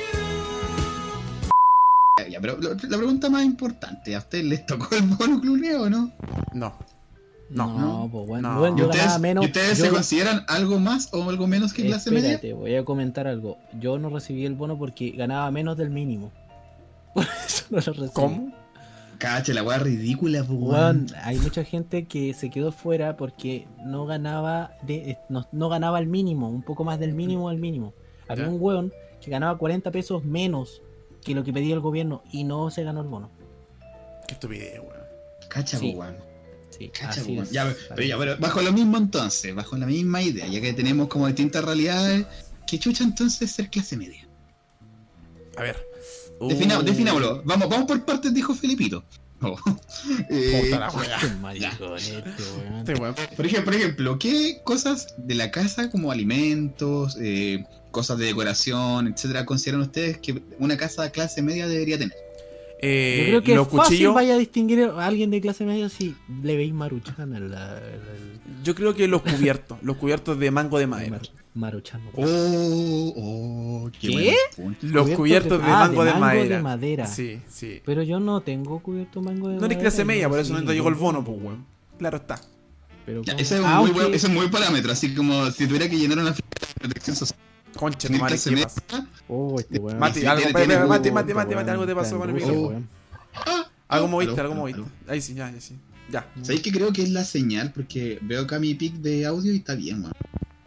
from you. Ya, ya, pero lo- la pregunta más importante, ¿a ustedes les tocó el bono cluneo o no? No. No, No, pues bueno, no. bueno, ¿Y yo ustedes, ganaba menos. ¿y ustedes yo- se consideran algo más o algo menos que clase media? Espérate, voy a comentar algo. Yo no recibí el bono porque ganaba menos del mínimo. Por eso no lo recibí. ¿Cómo? Cacha, la weá ridícula, pues, Weón, weón. hay mucha gente que se quedó fuera porque no ganaba de, eh, no, no ganaba el mínimo, un poco más del mínimo al mínimo. Había Ya. un weón que ganaba cuarenta pesos menos que lo que pedía el gobierno y no se ganó el bono. Qué estupidez, weón. Cacha, Sí. pues, weón. Sí, Cacha, así pues, es. ya, pero, ya, pero bajo lo mismo entonces, bajo la misma idea, ya que tenemos como distintas realidades, ¿qué chucha entonces ser clase media? A ver. Defina- Uh, Definámoslo. Vamos, vamos por partes, dijo Felipito. Oh. Eh, Puta la wea. Qué maricón este, weón. Este weón. por, ejemplo, por ejemplo, ¿qué cosas de la casa como alimentos, eh, cosas de decoración, etcétera, consideran ustedes que una casa clase media debería tener? Eh, Yo creo que los es fácil cuchillos. vaya a distinguir a alguien de clase media si le veis maruchan en la, el- Yo creo que los cubiertos. Los cubiertos de mango de el- madera. mar- maruchan. Oh, oh, qué, ¿Qué? buen punto. Los cubiertos de, ah, mango, de, madera. de madera. Sí, sí. Pero yo no tengo cubierto mango de No madera. eres clase media, por eso no sí, te llegó el yo- bono, pues weón. Claro está. Pero Ya, como- ese es un Ah, muy aunque- buen, ese es un muy buen parámetro, así como si tuviera que llenar una ficha de protección social. Concha, tu Tener madre, clase ¿qué media, pasa? Oh, este weón. Mati, sí, algo, tiene- espera, tiene- espera, Mati, uh, Mati, Este Mati, Mati, weón algo te pasó está con el en micrófono. buzo, weón. ah, Algo ah, moviste, aló, algo aló, moviste. aló. Ahí sí, ya, ya sí. Ya. ¿Sabéis que creo que es la señal? Porque veo acá mi pic de audio y está bien, weón.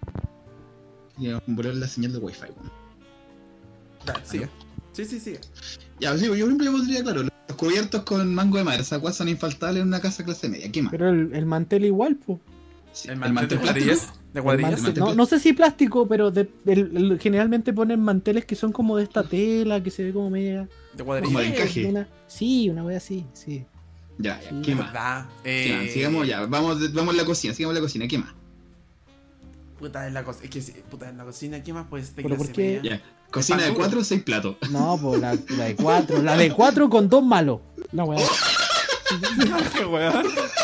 Y volver la señal de wifi, weón. Ya, sigue. Sí, sí, sigue. Ya, sí, yo por ejemplo yo pondría, claro, los cubiertos con mango de madera, esas cosas son infaltables en una casa clase media. ¿Qué más? Pero el, el mantel igual, pues. Sí, El mantel de cuadrillas. De cuadrillas. mantel- No, no sé si plástico, pero de- el- el- generalmente ponen manteles que son como de esta tela, que se ve como media. De Como de cuadrillas. encaje. Una- sí, una wea así, sí. Ya, ya, Sí. ¿qué más? ¿Verdad? ¿Qué más? Eh, Sigamos ya, vamos, vamos a la cocina, sigamos a la cocina, ¿qué más? Puta, en la cocina. Es que sí, puta, en la cocina, ¿qué más puede ser de ¿Pero clase por qué? media? Ya, cocina de Pan duro. cuatro o seis platos. No, pues la, la de cuatro, la de cuatro con dos malos. La wea. Qué weón.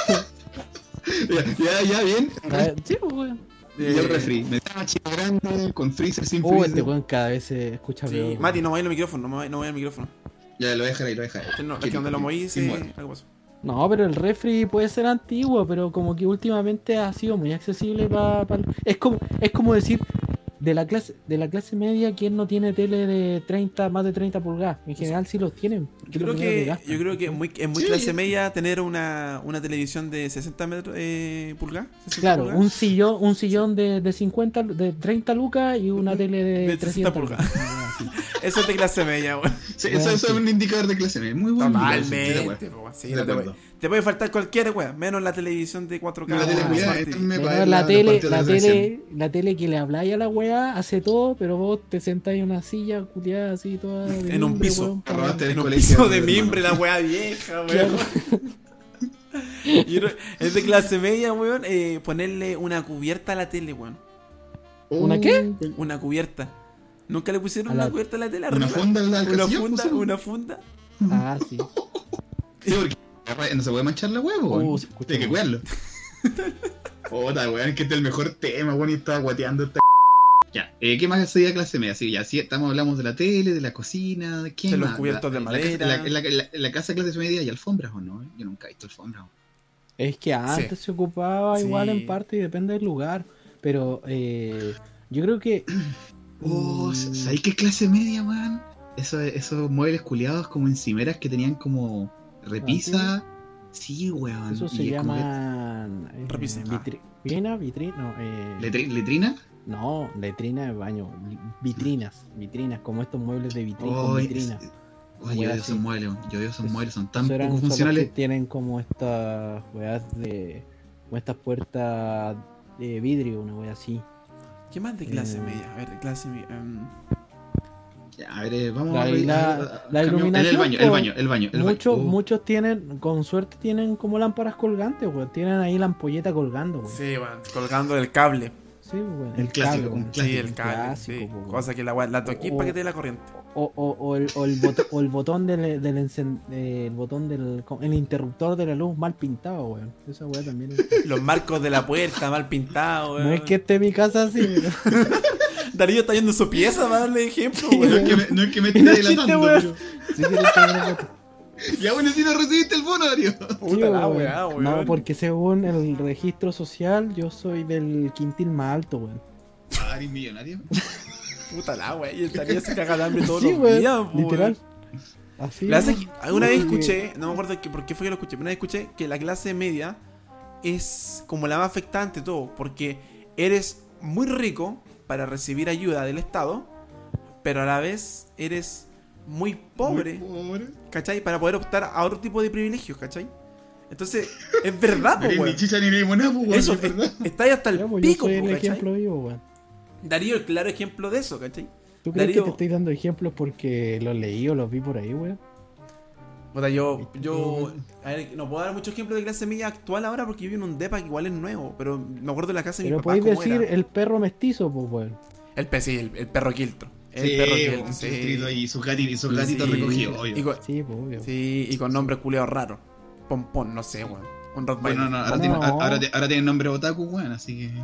ya, ya, ya, bien. La- Sí, pues weón. Y el refri, me da chica grande, con freezer, sin Oh, freezer. este weón cada vez se escucha Sí, peor. Mati, no mueve el micrófono, no mueve, no mueve el micrófono. Ya, lo voy a dejar ahí, lo voy a dejar ahí. Es que no, es Aquí, que donde lo aquí, moví sin se... mover. algo pasó. No, pero el refri puede ser antiguo, pero como que últimamente ha sido muy accesible para... Es como es como decir, de la clase de la clase media, ¿quién no tiene tele de treinta, más de treinta pulgadas? En general sí los tienen. Yo creo que, yo creo que es muy, es muy Sí. clase media tener una, una televisión de sesenta metros, eh, pulgadas. sesenta Claro, pulgadas. un sillón, un sillón de, de cincuenta, de treinta lucas y una tele de, De sesenta trescientas pulgadas. lucas. Eso es de clase media, weón. Sí, Bueno, eso, eso sí. es un indicador de clase media. Muy buen indicador, sí, Totalmente, estoy de po, weón. Sí, De no te, acuerdo. puede, te puede faltar cualquier weón, menos la televisión de cuatro K. No, la tele, Ah, cuidado, Smart esto T V. me Pero parece la, tele, parte de la atracción. tele, la tele que le habláis a la weá hace todo, pero vos te sentáis en una silla culiada así toda de En un mimbre, piso. weón, para- Robaste del En un colegio, piso de hermano. mimbre, la weá vieja, weón. Claro. Y no- es de clase media, weón, eh, ponerle una cubierta a la tele, weón. ¿Una qué? Una cubierta. ¿Nunca le pusieron A una la- cubierta a la tele? Una arriba? funda en la Una casilla, funda, pusimos. una funda. Ah, sí. Sí, porque no se puede manchar la huevo, Uh, weón. se escucha Hay que mal. cuidarlo. Puta, weón, que este es el mejor tema, weón, y estaba guateando esta. Ya, eh, ¿qué más sería clase media? Sí, ya, sí, estamos, hablamos de la tele, de la cocina, ¿de qué De los más? cubiertos de La- madera. La, la, la, la- la casa de clase media hay alfombras o no? Yo nunca he visto alfombras. Es que antes se ocupaba Sí. igual en parte y depende del lugar. Pero eh, yo creo que. Oh, mm, ¿sabes qué clase media, man? Eso, esos muebles culiados como encimeras que tenían como repisa. Sí, weón. Eso se Y es como que- llaman. eh, Repisa. vitri- ¿Vitrina? ¿Vitrina? No, eh, ¿Letri- ¿Letrina? no, letrina de baño. li- Vitrinas. Vitrinas, como estos muebles de vitrina. Oh, con es- vitrina. oh, yo Weá, odio esos sí. muebles, weón. Yo odio esos Eso- muebles, son tan Eso eran poco solo funcionales. que tienen como estas weas de. Como estas puertas de vidrio, una wea así. ¿Qué más de clase Eh. media? A ver, de clase media. em, Ya, a ver, eh, vamos La- a ver. la- a ver, la cambiamos- iluminación, El baño, el po. baño, el baño. El Muchos, baño. Oh, muchos tienen, con suerte tienen como lámparas colgantes, weón. Tienen ahí la ampolleta colgando, weón. Sí, bueno, colgando del cable. Sí, weón. Un clásico, un weón. Clásico, Sí, el cable. clásico, sí. po, weón. Cosa que la weá- la toquís O- para que te dé la corriente. O, o, o el, o, el bot- o el botón del, del encen- eh, el botón del el interruptor de la luz mal pintado, weón. Esa weá también es- Los marcos de la puerta mal pintados, No weón. es que esté mi casa así, pero... Darío está yendo su pieza para darle ejemplo, Sí, No es weón. que me, no es que me esté No es chiste, delatando, weón. pero... Si quieres te doy una foto. Ya bueno, si no recibiste el bono, Darío. Puta la weón. weá, weón. No, porque según el registro social, yo soy del quintil más alto, weón. Ah, ¿eres millonario? Puta la weá. Y el Darío se caga de hambre todos Sí, los weón, días, po, literal. weón. Así. La verdad weón. es que alguna vez Sí. escuché, no me acuerdo que, por qué fue que lo escuché, pero una vez escuché que la clase media es como la más afectada ante todo, porque eres muy rico para recibir ayuda del Estado, pero a la vez eres muy pobre, Muy pobre. ¿cachai? Para poder optar a otro tipo de privilegios, ¿cachai? Entonces, es verdad, No po, eres weón. ni chicha ni limonada, pues, weón, Eso, es verdad. está ahí hasta el Ya, pues, yo pico, soy po, el ¿cachai? ejemplo vivo, weón. Darío, el claro ejemplo de eso, ¿cachai? ¿Tú crees Darío- que te estoy dando ejemplos porque los leí o los vi por ahí, weón? Puta, yo, yo, a ver, no puedo dar muchos ejemplos de clase media actual ahora porque yo vivo en un depa que igual es nuevo, pero me acuerdo de la casa de mi Pero papá podéis cómo decir era. el perro mestizo, pues, weón. El pe- sí, el, el perro quiltro. El Sí, perro un quiltro, sí. filtrito ahí, y sus gatitos, y sus Sí, gatitos sí. recogidos, Y obvio. con, Sí, pues, obvio. sí, y con nombres culeados raros. Pompón, no sé, weón. Un Rottweiler. Bueno, no, ahora, No. tiene, ahora, te- ahora tiene nombre otaku, weón, así que...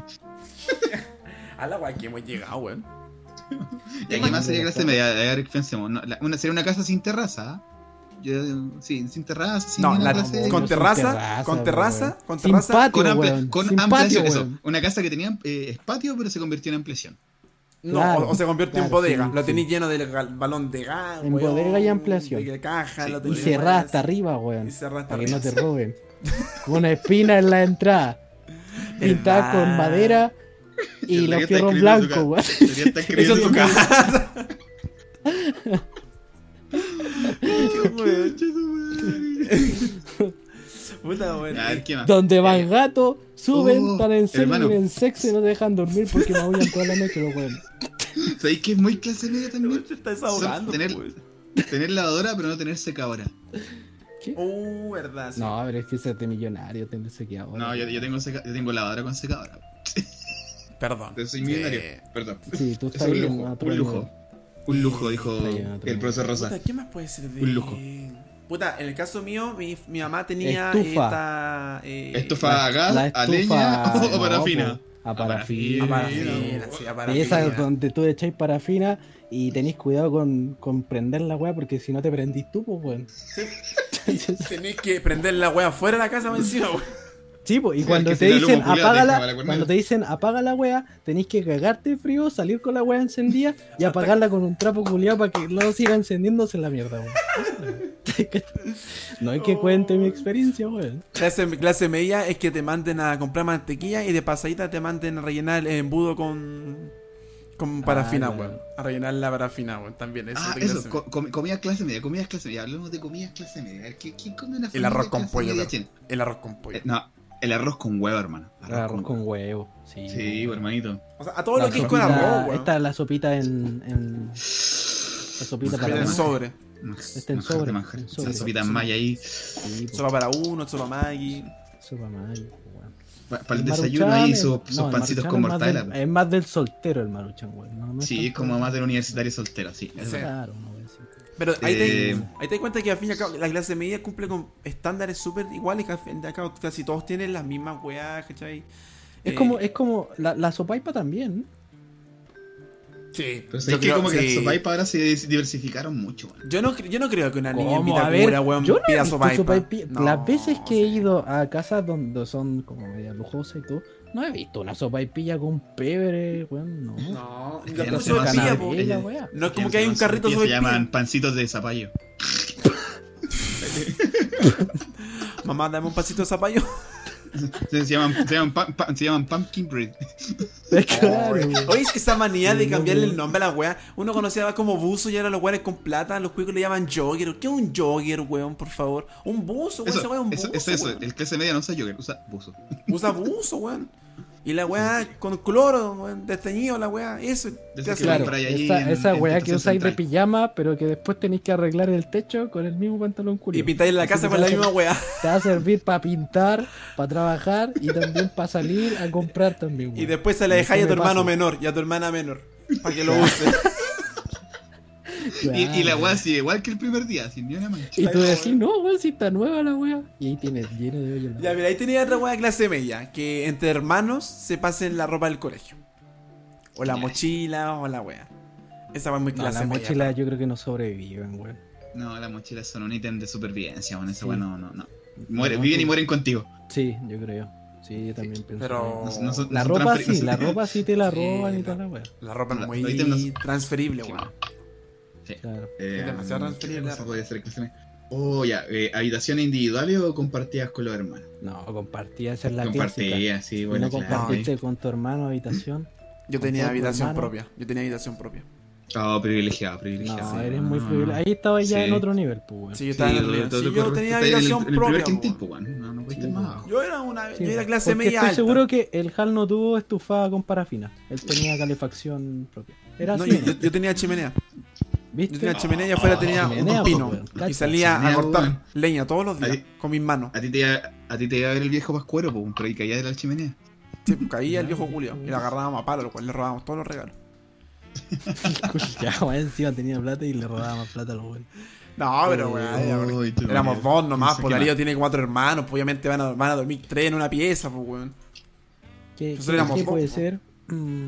A la weá que hemos llegado, weón. ¿Y aquí más sería clase media? A ver, pensemos. No, la- una, sería una casa sin terraza, ¿ah? Yo, sí, sin terraza, sin No, ninguna la, clase de- con Sin terraza, terraza, con weón. terraza, con Sin terraza. patio, con, amplia- weón. con Sin ampliación, patio, eso. weón. Una casa que tenía eh, patio, pero se convirtió en ampliación. No, Claro, o, o se convierte en claro, bodega. sí, Lo sí. tenéis lleno del gal- balón de gas, En weón, bodega y ampliación. De caja, Sí. lo Y tenéis, cerrada weón, hasta arriba, weón. Y cerrada hasta Para que no te arriba. roben. Con una espina en la entrada. Pintada ¿Verdad? con madera y Es la los que está fierros escribiendo en blancos, tu weón. ca- la que está Eso escribiendo es tu en casa. Qué weón. Puta, weón. A ver, ¿qué más? Donde van gatos, suben, Oh, están en serio, hermano. tienen sexo y no te dejan dormir porque maullan toda la noche los weones. ¿Sabéis que es muy clase media también? Se está desahogando, Son- tener- weón. Tener lavadora, pero no tener secadora. Uh, verdad. sí. No, pero es que ser de millonario, tenerse que ahora. No, yo, yo, tengo seca- yo tengo lavadora con secadora. Perdón. Entonces soy Sí. millonario. Perdón. Sí, tú Eso estás es un bien, lujo. a otro Un lujo. nivel. Un lujo, dijo Está bien, otro el profesor Rosa. Puta, ¿qué más puede ser de...? Un lujo. Puta, en el caso mío, mi, mi mamá tenía Estufa. esta... Eh, ¿Estufa a gas, La a estufa, leña o no, parafina? po, A parafina. A A parafina, sí, a Y parafina. esa es donde tú echáis parafina y tenéis cuidado con, con prender la weá porque si no te prendís tú, pues weón. Tenés que prender la wea fuera de la casa encima, weón. Sí, pues, y Sí, cuando es que te si la dicen luma culiada te apágala, deja la cuerda. cuando te dicen apaga la wea, tenéis que cagarte de frío, salir con la wea encendida y apagarla con un trapo culiado para que no siga encendiéndose la mierda, weón. No hay que cuente mi experiencia, weón. Clase, clase media es que te manden a comprar mantequilla y de pasadita te manden a rellenar el embudo con... Con parafina, claro. weón. A rellenar la parafina, weón. También. Eso Ah, es de clase eso, media. co- com- comidas clase media, comidas clase media. Hablemos de comidas clase media. A ver, ¿qué- ¿quién come una El familia arroz con clase pollo, media weón. china? El arroz con pollo. Eh, no, el arroz con huevo, hermano. Arroz con huevo, sí. Sí, hermanito. O sea, a todo La lo que es con sopita- arroz, weón. Esta es la sopita en. en la sopita Manjar para En de más. sobre. Está en Manjar de sobre, manjar. en sobre. Esa sopita en malla ahí. Sí, po, Sopa para uno, sopa Maggi. sopa Maggi, weón. pa- Para el El desayuno Maruchan ahí, es- sus no, sus el pancitos Maruchan con es más mortadela. del- Es más del soltero el maruchan, weón. No, no es Sí, tanto- es como más del universitario soltero, sí. es Sí. verdad. Claro, no voy a decir. Pero ahí, te, Eh, ahí te das cuenta que al fin y al cabo la clase media cumple con estándares súper iguales. Que al fin y al cabo casi todos tienen las mismas weas, ¿cachai? Es Eh, como, es como la, la sopaipa también. Sí. Pero yo sabes que creo- como que sí. las sopaipas ahora se diversificaron mucho, weón. Yo no, cre- yo no creo que una niña en ¿Cómo? A ver, Vitacura, weón, yo no he pida visto sopaipa. sopaipi- No, Las veces que he sí. ido a casas donde son como media lujosas y todo, no he visto una sopaipilla con pebre, weón, no. No, Es la que no pura se llaman sopaipilla, sopaipilla, po. la ellos- wea. No es como ellos que hay se un llaman carrito sopaipillas, sopaipilla. Se llaman pancitos de zapallo. Mamá, dame un pasito de zapallo. Se llaman, se llaman, pam- pam- se llaman pumpkin bread. Claro, weón. Oye, esa manía de Sí, cambiarle no, el nombre a la wea. Uno conocía más como buzo y ahora los weones con plata, los cuicos le llaman jogger. ¿Qué es un jogger, weón, por favor? Un buzo, weón, esa wea es un Eso, buzo. eso, eso, weón. el clase media no usa yogurt, usa buzo. Usa buzo, weón. Y la weá con cloro, weón, desteñido la weá, eso. De te ese hace- que Claro, compráis ahí esa, en- esa en weá que Estación usáis de Central. pijama, pero que después tenéis que arreglar el techo con el mismo pantalón Y culiao. pintáis la Así casa que con te la va a misma ser- weá. Te va a servir para pintar, para trabajar y también para salir a comprar también, Y weón. después se la dejáis a tu Eso me hermano pasa. menor y a tu hermana menor. Para que lo use. Y, y la Claro. weá sigue igual que el primer día, sin ni una mancha. Y tú decís, no, weón, si está nueva la weá. Y ahí tienes lleno de hoyos. la Ya, weá. mira, ahí tenía otra weá de clase media. Que entre hermanos se pasen la ropa del colegio. O la mochila o la weá. Esa weá es muy No, clase las media. mochilas yo creo que no sobreviven, weón. No, las mochilas son un ítem de supervivencia, weón. Esa Sí. weá no, no, no. Muere, No, viven y tú- mueren contigo. Sí, yo creo. Sí, yo también pienso. Pero No, no son- La no son ropa transferi- sí, no son- la ropa sí te la Sí, roban y la- toda la weá. la ropa no es Los muy ítems no son- transferible, Sí, weón. Sí. Claro. Eh, Es demasiado ¿qué transferible la cosa ropa. puede ser clase media? Oh, ya. Eh, ¿habitaciones individuales o compartidas con los hermanos? No, compartía, esa es la clásica. Compartidas, sí, Y bueno, no claro. compartiste con tu hermano habitación. Yo con tenía todo tu habitación hermano. propia. Yo tenía habitación propia. Oh, privilegiado, privilegiado. No, sí. eres muy No, privilegiado. Ahí estaba ya Sí. en otro nivel, pues, weón. Sí, yo estaba en el todo- nivel. todo Sí, lo yo correcto. tenía Está en el- habitación en el primer propia. quintil, weón. pues, weón. No, no puede Sí, estar más weón. abajo. Yo era una Sí, yo era po. clase Porque media estoy alta. seguro que el Hal no tuvo estufada con parafina. Él tenía calefacción propia. Era No, así, yo, ¿no? yo- yo tenía chimenea. ¿Viste? Yo tenía chimenea y afuera tenía chimenea, un pino. pues, weón. Y Cacha. salía a Chimenea, cortar weón. leña todos los días Ahí- con mis manos. A ti te iba, a ti te iba a ver el viejo pascuero, pues, pero ahí caía de la chimenea. Sí, pues, caía el viejo Julio y le agarrábamos a palo, lo cual le robábamos todos los regalos. Ya, weón, encima tenía plata y le robaba más plata a los weones. No, pero weón, ya, porque Uy, tú, éramos weón. dos nomás, Pensé pues que Darío más. tiene cuatro hermanos, pues obviamente van a, van a dormir tres en una pieza, pues weón. ¿Qué, Nosotros qué- éramos qué dos, puede po. ser? Mm,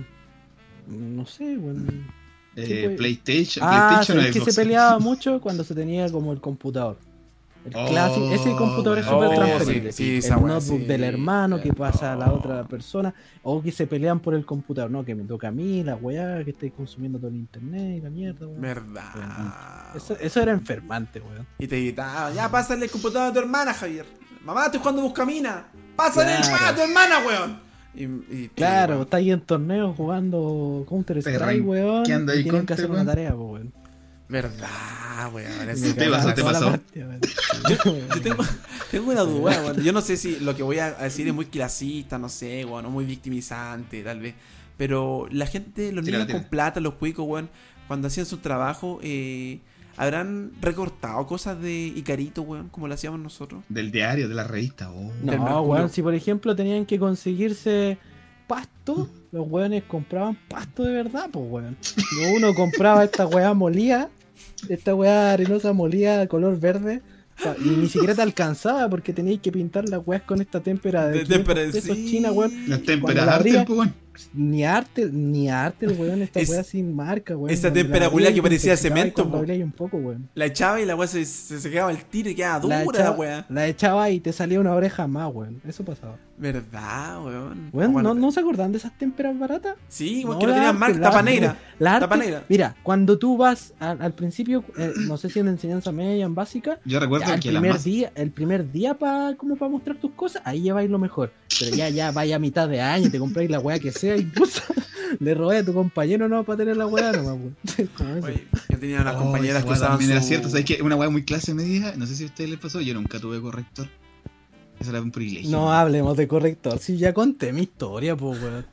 no sé, weón. Eh, ¿Qué puede- PlayStation, Ah, PlayStation o ¿sabes que Xbox. se peleaba mucho cuando se tenía como el computador? El Oh, clásico, ese computador es weón. súper Oh, transferible. sí, sí, el esa weá, notebook sí. del hermano que pasa a la Oh. otra persona, o que se pelean por el computador, no, que me toca a mí, la weá, que estoy consumiendo todo el internet y la mierda, weón. Verdad. Eso, eso era enfermante, weón. Y te gritaba, ya pásale el computador a tu hermana, Javier. Mamá, estoy jugando Buscamina. Pásale el Claro. juego a tu hermana, weón. Y, y- Claro, weón. está ahí en torneos jugando Counter Strike, Perran- weón. ¿qué anda Y ahí tienen que Counter, hacer una weón? tarea, pues, weón. Verdad, weón. Y Eso me te cagaba pasó, te toda la pasó. partida, weón. Yo tengo, tengo una duda, weón. Yo no sé si lo que voy a decir es muy clasista, no sé, weón, o muy victimizante, tal vez. Pero la gente, los Tira, niños tira. con plata, los cuicos, weón, cuando hacían su trabajo, eh, ¿habrán recortado cosas de Icarito, weón, como lo hacíamos nosotros? Del diario, de la revista. Oh. Del No, Mercurio. weón, si por ejemplo tenían que conseguirse pasto, los weones compraban pasto de verdad, pues weón. Y uno compraba esta weá molida, esta weá arenosa molida color verde, pa- y ni siquiera te alcanzaba porque teníais que pintar las weas con esta témpera de De témpera, quinientos pesos sí. china, weón. Las Cuando témperas la arte, abría- pues, weón. Ni arte, ni arte el weón, esta Es- weá sin marca, weón. esa Donde la témpera abría culia y que te parecía intoxicaba cemento, cuando po. abríais un poco, weón. La echaba y la weá se, se, se quedaba el tiro y quedaba dura La la, echaba, weá. la echaba y te salía una oreja más, weón. Eso pasaba. Verdad, weón. Weón, Bueno, ¿no, ¿no se acordan de esas témperas baratas? Sí, weón, No, que no la tenían arte, marca, la tapa arte, negra. La Tapa arte, negra. mira, cuando tú vas a- al principio, eh, no sé si en enseñanza media, en básica, Yo recuerdo ya el que las primer más... día, el primer día para como para mostrar tus cosas, ahí lleváis lo mejor. Pero ya, ya vaya a mitad de año, te compráis la weá que sea y puta, le robé a tu compañero no para tener la weá nomás, weón. Como eso. Oye, yo tenía unas Oh, compañeras esa que weá usaban también era su... cierto, ¿sabes qué? Una weá muy clase media, no sé si a ustedes les pasó, yo nunca tuve corrector. Eso era un privilegio. No hablemos de corrector, si ya conté mi historia, pues weón.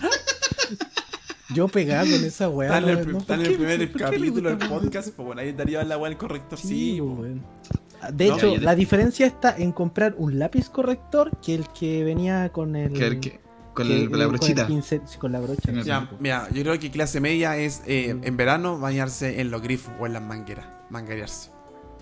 Yo pegaba con esa weá. Está en el, ¿no? está en ¿Por el qué- primer por qué le capítulo del gusta, weón? podcast, pues bueno, ahí daría la weá el corrector. Sí, Sí, po. weón. De No, hecho, ya, ya. la diferencia está en comprar un lápiz corrector que el que venía con el. Que- que- con, que- el- con la con el brochita. pincel- sí, con la brocha. Con el- Ya, mira, yo creo que clase media es eh, en verano bañarse en los grifos o en las mangueras, manguerearse.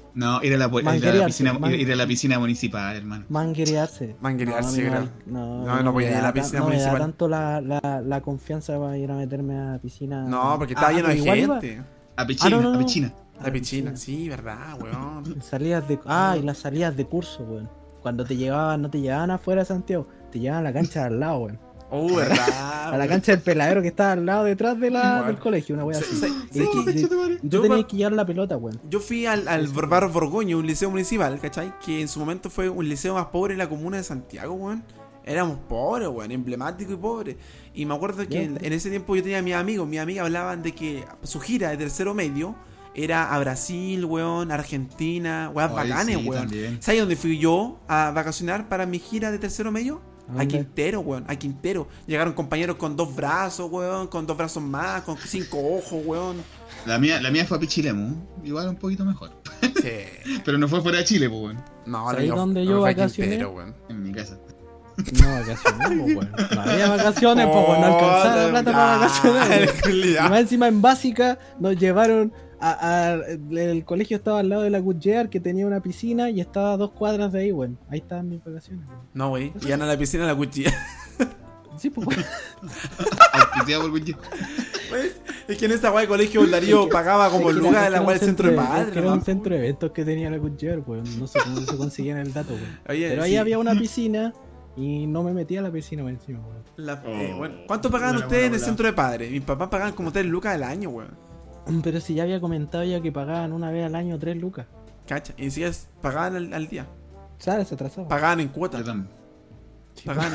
No, ir a la, ir a la Manguerearse, piscina, man- ir a la piscina municipal, hermano. Manguerearse. Manguerearse, no, a mí creo. no, No, no voy a me ir a da la ta- piscina no me municipal. da tanto la, la, la confianza para ir a meterme a la piscina. No, porque estaba Ah, lleno de pero igual iba gente. A piscina, Ah, no, no, a no. piscina. a La piscina, sí, verdad, weón. en Salidas de, ah, y las salidas de curso, weón. Cuando te llevaban, no te llevaban afuera de Santiago, te llevaban a la cancha de al lado, weón. Oh, verdad. A la cancha del peladero que estaba al lado detrás de la, Bueno. del colegio, una wea Se- así. se- Y- se- y- concha tu madre. y Yo tú tenías pa- que llevar la pelota, weón. Yo fui al, al Bar Borgoño, un liceo municipal, ¿cachai? Que en su momento fue un liceo más pobre en la comuna de Santiago, weón. Éramos pobres, weón, emblemático y pobre. Y me acuerdo que Ya, en, pues. en ese tiempo yo tenía a mis amigos, mis amigas hablaban de que su gira de tercero medio era a Brasil, weón, Argentina, weón, Ay, bacanes, sí, weón. también. ¿Sabes dónde fui yo a vacacionar para mi gira de tercero medio? ¿A A dónde? Quintero, weón, a Quintero. Llegaron compañeros con dos brazos, weón, con dos brazos más, con cinco ojos, weón. La mía, la mía fue a Pichilemu, igual un poquito mejor. Sí. Pero no fue fuera de Chile, pues, weón. No, ¿Sabes no, dónde no yo fue a vacacioné? Quintero, weón. En mi casa. No vacaciones, pues, weón. No había vacaciones, pues, weón. No alcanzaba la plata para vacaciones, weón. Y más encima en básica nos llevaron a, a- el colegio estaba al lado de la Gutierrez, que tenía una piscina y estaba a dos cuadras de ahí, weón. Ahí estaban mis vacaciones, weón. No, güey. Iban a la piscina a la cuchilla. Sí, pues, weón. Auspiciado por Wichi. Pues, es que en esa guay de colegio Darío pagaba como Es que era- lugar es en que la era guay un del centro de es que padres. Era ¿no? un centro de eventos que tenía la Gutierrez, weón. No sé cómo se conseguían el dato, weón. Oye, Pero ahí sí. había una piscina y no me metía a la piscina más encima, weón. La- eh, Oh. bueno, ¿cuánto pagaban Buena, ustedes buena, en el buena. centro de padres? Mis papás pagaban como tres lucas al año, weón. Pero si ya había comentado ya que pagaban una vez al año tres lucas. Cacha. Y si es, pagaban al, al día. ¿Sabes? Se atrasaba. Pagaban en Yo cuotas. también. Pagaban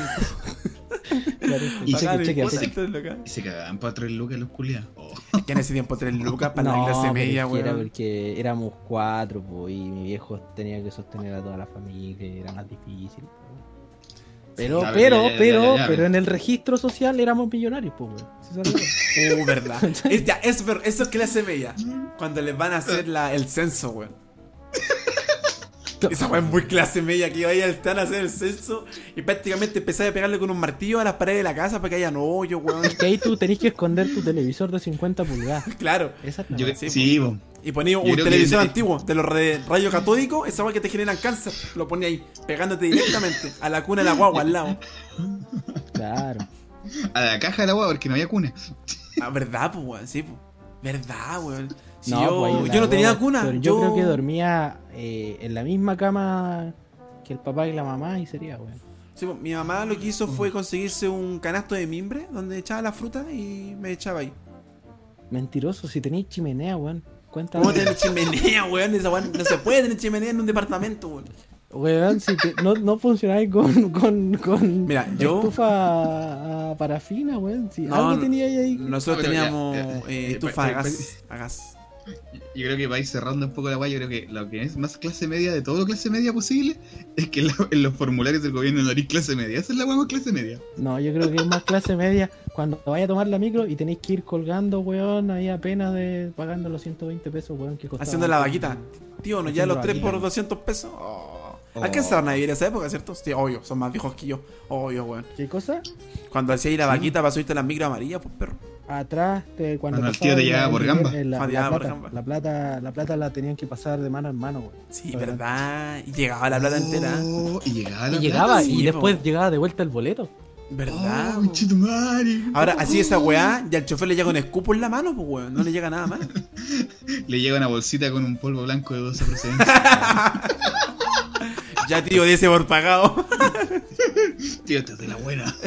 en Claro, Y cheque, pagaban en cheque, cuotas, cheque. tres lucas. Y se cagaban para tres lucas los culiados. Oh. Es que en ese tiempo tres lucas para la No, clase pero media, es que era weón. porque éramos cuatro, po, y mi viejo tenía que sostener a toda la familia, y era más difícil. po. Pero, ya, pero, ya, ya, pero, ya, ya, ya. pero en el registro social éramos millonarios, pues, weón. ¿Sí sabes? Uh, verdad. Es, ya, eso, pero eso es clase media. Cuando les van a hacer la, el censo, weón. Esa weón es muy clase media, que iba ahí al tan a hacer el censo y prácticamente empezaba a pegarle con un martillo a las paredes de la casa para que haya hoyo, weón. Que ahí tú tenés que esconder tu televisor de cincuenta pulgadas. Claro. Esa es la Yo, weá. Sí, sí, po. Y ponía Yo un creo que televisor de- antiguo de los re- rayos catódicos, esa weá que te generan cáncer. Lo ponía ahí, pegándote directamente a la cuna de la guagua al lado. Claro. A la caja de la agua porque no había cuna. Ah, verdad, pues, weón, sí, pues. Verdad, weón. Si No, yo, pues, ahí la yo no tenía weá, cuna. pero Yo, Yo creo que dormía eh, en la misma cama que el papá y la mamá y sería, weón. Sí, pues, mi mamá lo que hizo fue conseguirse un canasto de mimbre donde echaba la fruta y me echaba ahí. Mentiroso, si tenéis chimenea, weón. Cuéntame. ¿Cómo tener chimenea, weón? Esa weón no se puede tener chimenea en un departamento, weón. Weón, si te- no, no funcionáis con, con, con Mira, yo- estufa a parafina, weón. Si No, algo no, teníais ahí. Nosotros No, pero ya, teníamos ya, eh, eh, estufa pa- a pa- gas. A gas. Yo creo que para ir cerrando un poco la guay, yo creo que lo que es más clase media de todo clase media posible es que en, la- en los formularios del gobierno no haréis clase media. Esa es la guay más clase media. No, yo creo que es más clase media cuando vaya a tomar la micro y tenéis que ir colgando, weón, ahí apenas de pagando los ciento veinte pesos, weón, que costaba. Haciendo la vaquita. Tío, ¿no? Ya Haciendo los tres vaquita. por doscientos pesos. Oh. Oh. Alcanzaron a vivir esa época, ¿cierto? Sí, obvio, son más viejos que yo. Obvio, weón. ¿Qué cosa? Cuando hacía ir la vaquita para subirte las micro amarillas, pues perro. Atrás, te, cuando Cuando el pasaba tío te la- llegaba por el- gamba. el- La, Cuando la llegaba por plata, gamba. la plata, la plata la tenían que pasar de mano en mano, weón. Sí, La verdad. verdad. Y llegaba la plata entera. Oh, y llegaba la Y llegaba, sí, y po. después llegaba de vuelta el boleto. ¿Verdad? Oh, po? chitumare. Ahora, así esa weá, ya el chofer le llega con escupo en la mano, pues weón. No le llega nada más. Le llega una bolsita con un polvo blanco de doce procedencia. Ya, tío, de ese por pagado. Tío, esta es de la buena.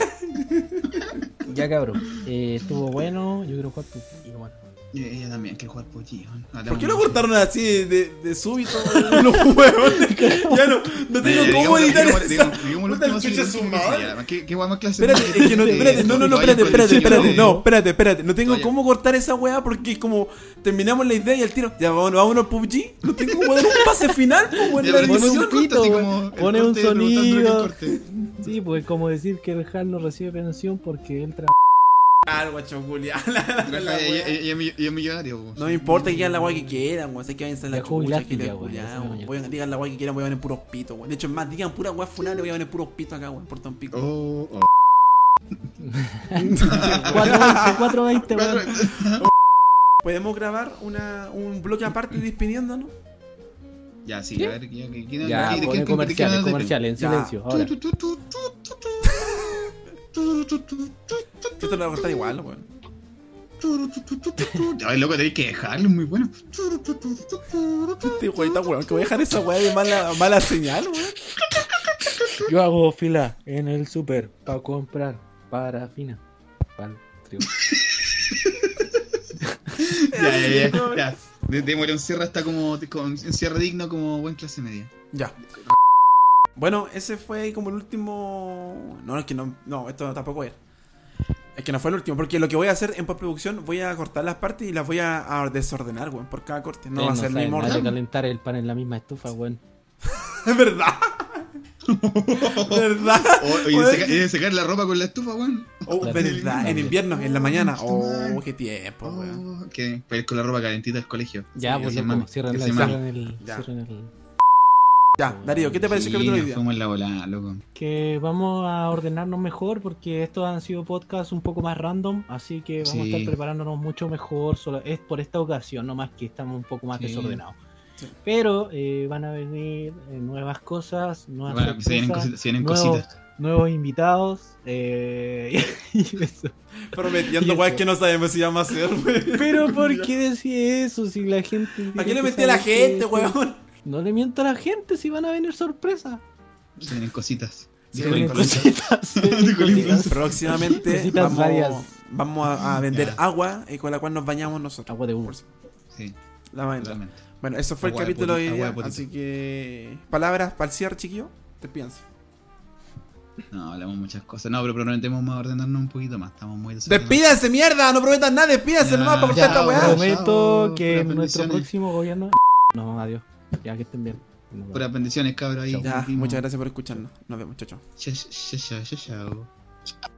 Ya, cabrón. Eh, estuvo bueno, yo quiero jugar y bueno. Y ella también quiere jugar pollón. ¿Por qué lo cortaron así de, de, de súbito? Los huevones. Ya no, no tengo cómo editar eso. Puta, el chucha su madre. ¿Qué, qué guay más clase Espérate, media es que no, que- espérate, no, no, no, que vaya espérate, con espérate, el espérate, sello no, de- espérate, espérate, no tengo Vaya. cómo cortar esa weá porque es como terminamos la idea y al tiro, ya vámonos, vámonos al P U B G, no tengo cómo dar un pase final, pues weón, Ya, la pero pone un edición. corte, pito, así weón. como el Pone un corte, preguntándole que el sonido. corte. Sí, pues es como decir que el Hal no recibe pensión porque él trabaja. Ah, el guacho Julia, la- la- la Y- weá. y- y- y- y es millonario. po. No me importa que digan la weá que quieran, weón, sé que vayan a la Ya chucha, jubilaste que les ya, weón, ya se me culiao, mañana. weón, digan la weá que quieran, voy a poner puros pitos, weón. De hecho, es más, digan pura weá funable, voy a poner puros pitos acá, weón, por un pico. Oh, oh. cuatro veinte, weón. ¿Podemos grabar una, un bloque aparte despidiéndonos? Ya, sí, ¿Qué? a ver, ya, que- ¿quién- Ya, aquí- pone ¿quién- comerciales, quién- quién- comerciales, en Ya. silencio. Ahora. Tu, tu, tu, tu, tu, tu, tu, tu, tu, tu, Esto lo voy a cortar igual, weón. tu, tu, tu, tu, tu. Ay, loco, tenés que dejarlo, es muy bueno. Tu, tu, tu, tu, tu, tu. Este weón está weón, que voy a dejar esa weá de mala, mala señal, weón. Yo hago fila en el super para comprar parafina. Pal trigo. Ya, ya, ya, ya. De- Démosle un cierre hasta como, con un cierre digno como buen clase media. Ya. Bueno, ese fue como el último. No, es que no. No, esto tampoco era. Es que no fue el último, porque lo que voy a hacer en postproducción, voy a cortar las partes y las voy a, a desordenar, weón, por cada corte. No Eh, va a ser el saben mismo nada de orden. calentar el pan en la misma estufa, weón. Es verdad. ¿Verdad? O, y Weón, secar, y secar la ropa con la estufa, weón. Oh, Claro. verdad, en invierno, en la mañana. Oh, Oh, qué tiempo, weón. Oh, que para ir con la ropa calentita al colegio. Ya, Sí, pues que se loco, mame, cierren, que la- se mame. cierren el, Ya. cierren el... Ya, Darío, ¿qué te parece el Sí, capítulo de hoy nos día? fuimos en la volada, loco. Que vamos a ordenarnos mejor porque estos han sido podcasts un poco más random, así que vamos a Sí. estar preparándonos mucho mejor. Solo es por esta ocasión, nomás que estamos un poco más Sí. desordenados. Sí. Pero eh, van a venir eh, nuevas cosas, nuevas Bueno, se vienen, sorpresas, cositas, se vienen nuevos, cositas. nuevos invitados. Eh, y eso. Prometiendo, Y weón, eso. que no sabemos si vamos a hacer, weón. Pero ¿por qué decía eso si la gente... tiene ¿A qué le que metí a la saber que gente, esto- weón? No le miento a la gente si van a venir sorpresas. Se vienen cositas. Se Dijo vienen el influencer. cositas. se vienen Dijo el cositas. influencer. Próximamente Cositas vamos, varias. vamos a, a vender Ya. agua eh, con la cual nos bañamos nosotros. Agua de uva. Sí, La vamos a vender. totalmente. Bueno, eso fue Agua el de capítulo de potito, hoy día, agua de potito. así que... Palabras para el cierre, chiquillo. Te pienso. No, hablamos muchas cosas. No, pero prometemos más ordenarnos un poquito más. Estamos muy desordenados. ¡Despídanse, mierda! No prometan nada, despídanse Ya, nomás para cortar ya, esta weá. chao. Prometo que puras en nuestro bendiciones. próximo gobierno. No, adiós. Ya que estén bien. Nos vemos. Puras bendiciones, cabros. Ahí. Ya, Nos vimos. muchas gracias por escucharnos. Nos vemos, chao, chao. Chao, chao, chao, chao.